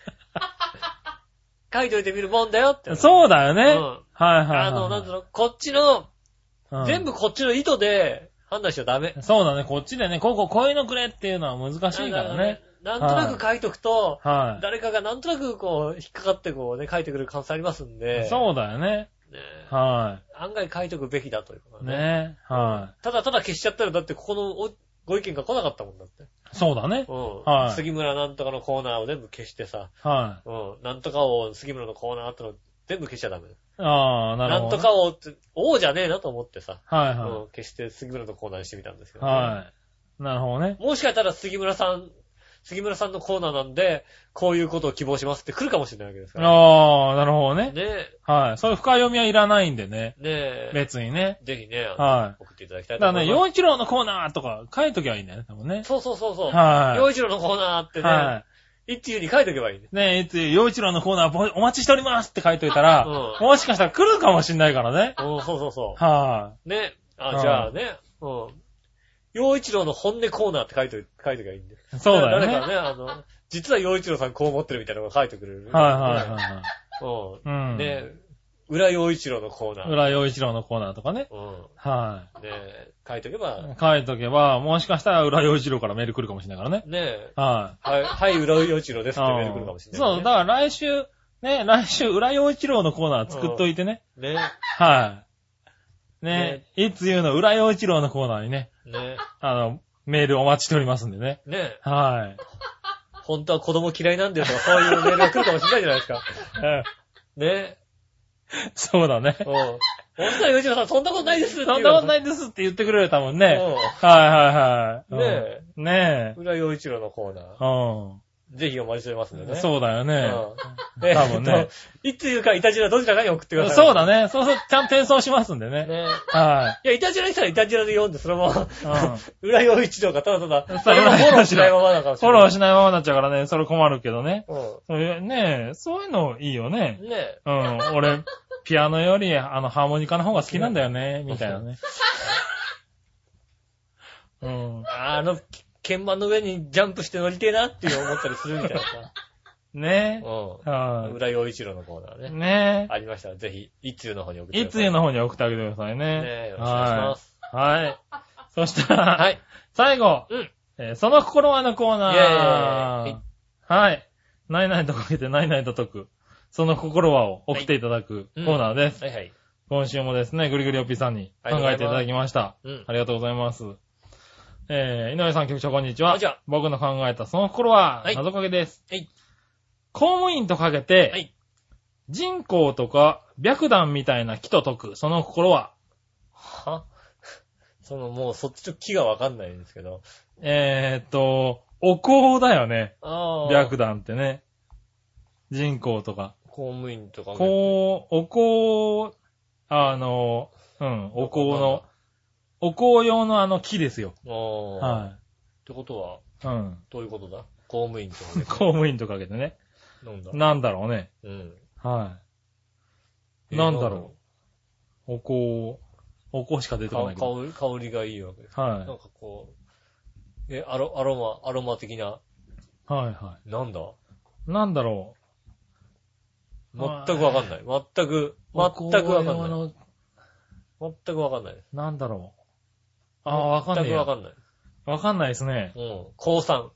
書いといてみるもんだよって。 そうだよね。はいはい。 なんだろう、こっちの、全部こっちの意図で判断しちゃダメ。 そうだね、こっちでね、こういうのくれっていうのは難しいからね。 なんとなく書いとくと、誰かがなんとなくこう、引っかかってこうね、書いてくる可能性ありますんで。 そうだよね。はい。 案外書いとくべきだということね。ね。はい。 ただ消しちゃったら、だってここのご意見が来なかったもんだって。 そうだね。 はい。杉村なんとかのコーナーを全部消してさ。 はい。 なんとかを杉村のコーナーっての全部消しちゃダメ。 なるほど。 なんとかをって、王じゃねえなと思ってさ。 はいはい。 消して杉村のコーナーにしてみたんですけど。 はい。なるほどね。 もしかしたら杉村さんのコーナーなんで、こういうことを希望しますって来るかもしれないわけですから。 なるほどね。 ね。 はい。そういう深読みはいらないんでね。 ね。 別にね。 ぜひね、送っていただきたいと思います。だからね、陽一郎のコーナーとか書いときゃいいんだよね、多分ね。 そう。 はい。 陽一郎のコーナーってね。はい。一通に書いとけばいいね。 ねえ、陽一郎のコーナーお待ちしておりますって書いといたら、もしかしたら来るかもしんないからね。 そう。 はい。 ね。じゃあね、陽一郎の本音コーナーって書いとけばいいんで。 そうだよね。 誰かね、実は陽一郎さんこう思ってるみたいなのを書いてくれる。 はい。 ね、裏陽一郎のコーナー。 裏陽一郎のコーナーとかね。はい。 ね書いとけば、もしかしたら裏陽一郎からメール来るかもしれないからね。 ねはい。 はい、裏陽一郎ですってメール来るかもしれない。 そう、だから来週、裏陽一郎のコーナー作っといてね。 ね。 はい。ね。いつ言うの裏陽一郎のコーナーにね。 ね。 メールお待ちしておりますんでね。 ね。 はい。 本当は子供嫌いなんだよとか、そういうメールが来るかもしれないじゃないですか。ね。 そうだね。 本当は陽一郎さんそんなことないですってそんなことないですって言ってくれるたもんね。はい。ねえ。 裏陽一郎のコーナー。ぜひお待ちしておりますんでね。 そうだよね。多分ね。 いつ言うか、イタジラどちらかに送ってください。 そうだね。そうちゃんと転送しますんでね。はい。 いや、イタジラにしたらイタジラで読んで、そのまま、裏陽一郎がただただ、 フォローしないままだから。 フォローしないままになっちゃうからね、それ困るけどね。ねえ、そういうのいいよね。 ねえ。俺、ピアノより、ハーモニカの方が好きなんだよね、みたいなね。 鍵盤の上にジャンプして乗りてえなって思ったりするみたいなさ。 ねえ。裏陽一郎のコーナーね。 ねえ。 ありましたら、ぜひ、一通の方に送ってください。 一通の方に送ってあげてくださいね。 ねえ、よろしくお願いします。 はい。そしたら、最後。その心はのコーナー。はい。ないないとかけてないないと解く。その心はを送っていただくコーナーです。 はいはい。 今週もですね、ぐりぐりおっぴーさんに考えていただきました。ありがとうございます。井上さん局長こんにちは。僕の考えたその心は、謎かけです。公務員とかけて、人口とか白檀みたいな木と解く、その心はもうそっちと木がわかんないんですけど。 お香だよね。白檀ってね。人口とか。 公務員とか。 お香、お香用の木ですよ。はい。 ってことは、どういうことだ？公務員とかけて。 公務員とかけてね。なんだろうね。はい。なんだろう。お香しか出てこないけど。 香りがいいわけです。 はい。 なんかこう、アロマ的な。 はい。 なんだろう。全くわかんない。全くわかんない。全くわかんない。 なんだろう。わかんない。 全くわかんない。 わかんないですね。 高3。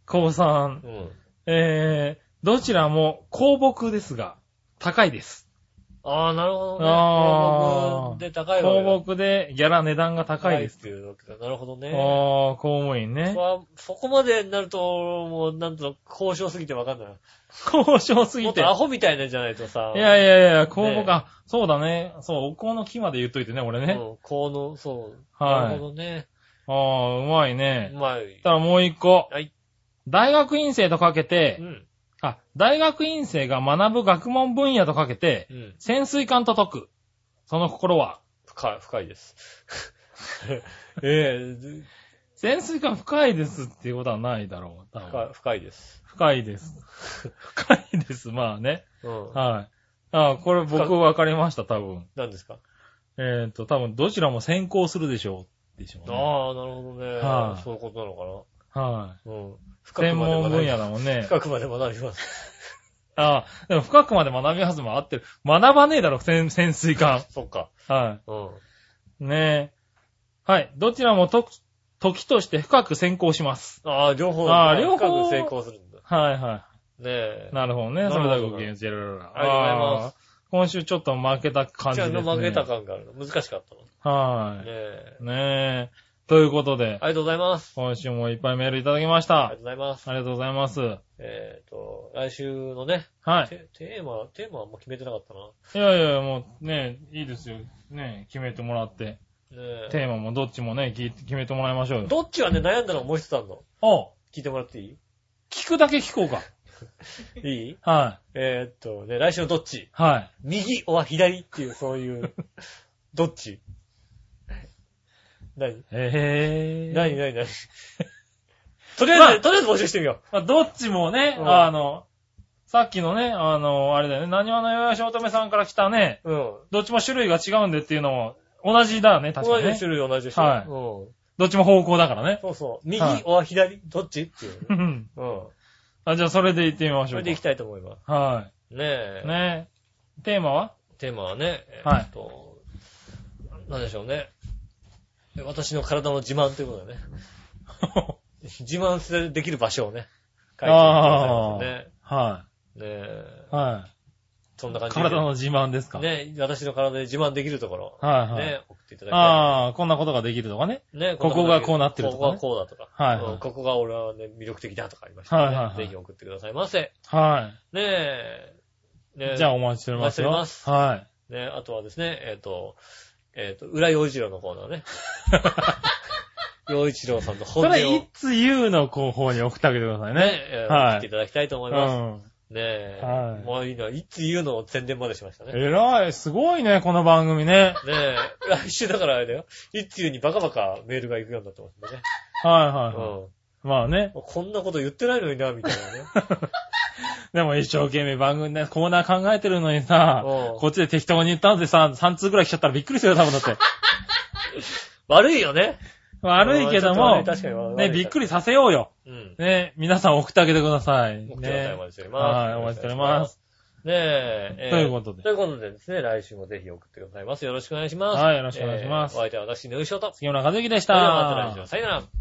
どちらも香木ですが、高いです。 なるほどね。香木で高いわけだ。 香木でギャラ値段が高いです。 なるほどね。 公務員ね。 そこまでになると、もう、なんと、交渉すぎてわかんない。 交渉すぎて。 もっとアホみたいなんじゃないとさ。 いや、香木か。そうだね。そう、お香の木まで言っといてね、俺ね。 香の、そう。 なるほどね。 うまいね。 うまい。 ただもう一個。 はい。 大学院生とかけて、大学院生が学ぶ学問分野とかけて、潜水艦と解く。その心は深いです。 潜水艦深いですっていうことはないだろう。 深いです。 深いです。深いです。まあね。 うん。 はい。これ僕分かりました、多分。 何ですか？ 多分どちらも先行するでしょう。でしょうね。 ああ、なるほどね。はい。そういうことなのかな。はい。うん。 専門分野だもんね。 深くまで学びます。 でも深くまで学びますも合ってる。学ばねえだろ、潜水艦。 そっか。 はい。うん。ねえ。はい。どちらも時として深く先行します。 両方。 両方。 深く先行するんだ。 はいはい。 ねえ。 なるほどね。それだけごきげんよう。 ありがとうございます。 今週ちょっと負けた感じですね。 負けた感がある。難しかったの。 はい。 ねえ。 ということで。 ありがとうございます。 今週もいっぱいメールいただきました。 ありがとうございます。 ありがとうございます。 来週のね。 はい。 テーマはもう決めてなかったな。 いや、もうね、いいですよ。ね、決めてもらって。テーマもどっちもね、決めてもらいましょうよ。 どっちはね、悩んだのがもう一つあるの。聞いてもらっていい？ 聞くだけ聞こうか。 いい？ はい。 来週のどっち？ はい。 右は左っていう、そういう、どっち？何？何とりあえず募集してみよう。どっちもね、さっきのね、あれだよね、何話のよやしおとめさんから来たね、どっちも種類が違うんでっていうのも、同じだよね、確かにね。 同じ種類同じでしょ。 はい。どっちも方向だからね。 そうそう。右は左、どっちっていう。 じゃあそれで行ってみましょう。 それで行きたいと思います。 はい。 ねえ。 ねえ。テーマはね、なんでしょうね。私の体の自慢ということでね。自慢できる場所をね、書いてくださいますね。 はい。 ねえ。 はい。 そんな感じで。 体の自慢ですか？ ね、私の体で自慢できるところ。 はいはい。 ね、送っていただきたい。 こんなことができるとかね。 ね、 ここがこうなってるとか、ね。 ここがこうだとか。 はい。 ここが俺はね、魅力的だとかありましたね。はい。ぜひ送ってくださいませ。 はい。 ねえ。 じゃあお待ちしておりますよ。 お待ちしております。はい。ね、あとはですね、浦洋一郎のコーナーね。洋一郎さんの本音を。 それ、いつ言うの方に送ってあげてくださいね。 はい。送っていただきたいと思います。ねえ。 はい。 もういいの。いつ言うのを宣伝までしましたね。 偉い。すごいね、この番組ね。 ねえ。来週だからあれだよ。いつ言うにバカバカメールが行くようになってますんでね。 はい。まあね。 こんなこと言ってないのにな、みたいなね。 でも一生懸命番組ね、コーナー考えてるのにさ、こっちで適当に言ったのでさ、3通くらい来ちゃったらびっくりするよ、多分だって。 悪いよね。 悪いけども、 ね、 びっくりさせようよ。ね、皆さん送ってあげてください。 ね、 お待ちしております。はい、お待ちしております。 ねえ。 ということで。 ということでですね、来週もぜひ送ってくださいます。よろしくお願いします。 はい、よろしくお願いします。 お相手は私、ぬうしょと。 杉村和之でした。 それではまた来週、さよなら。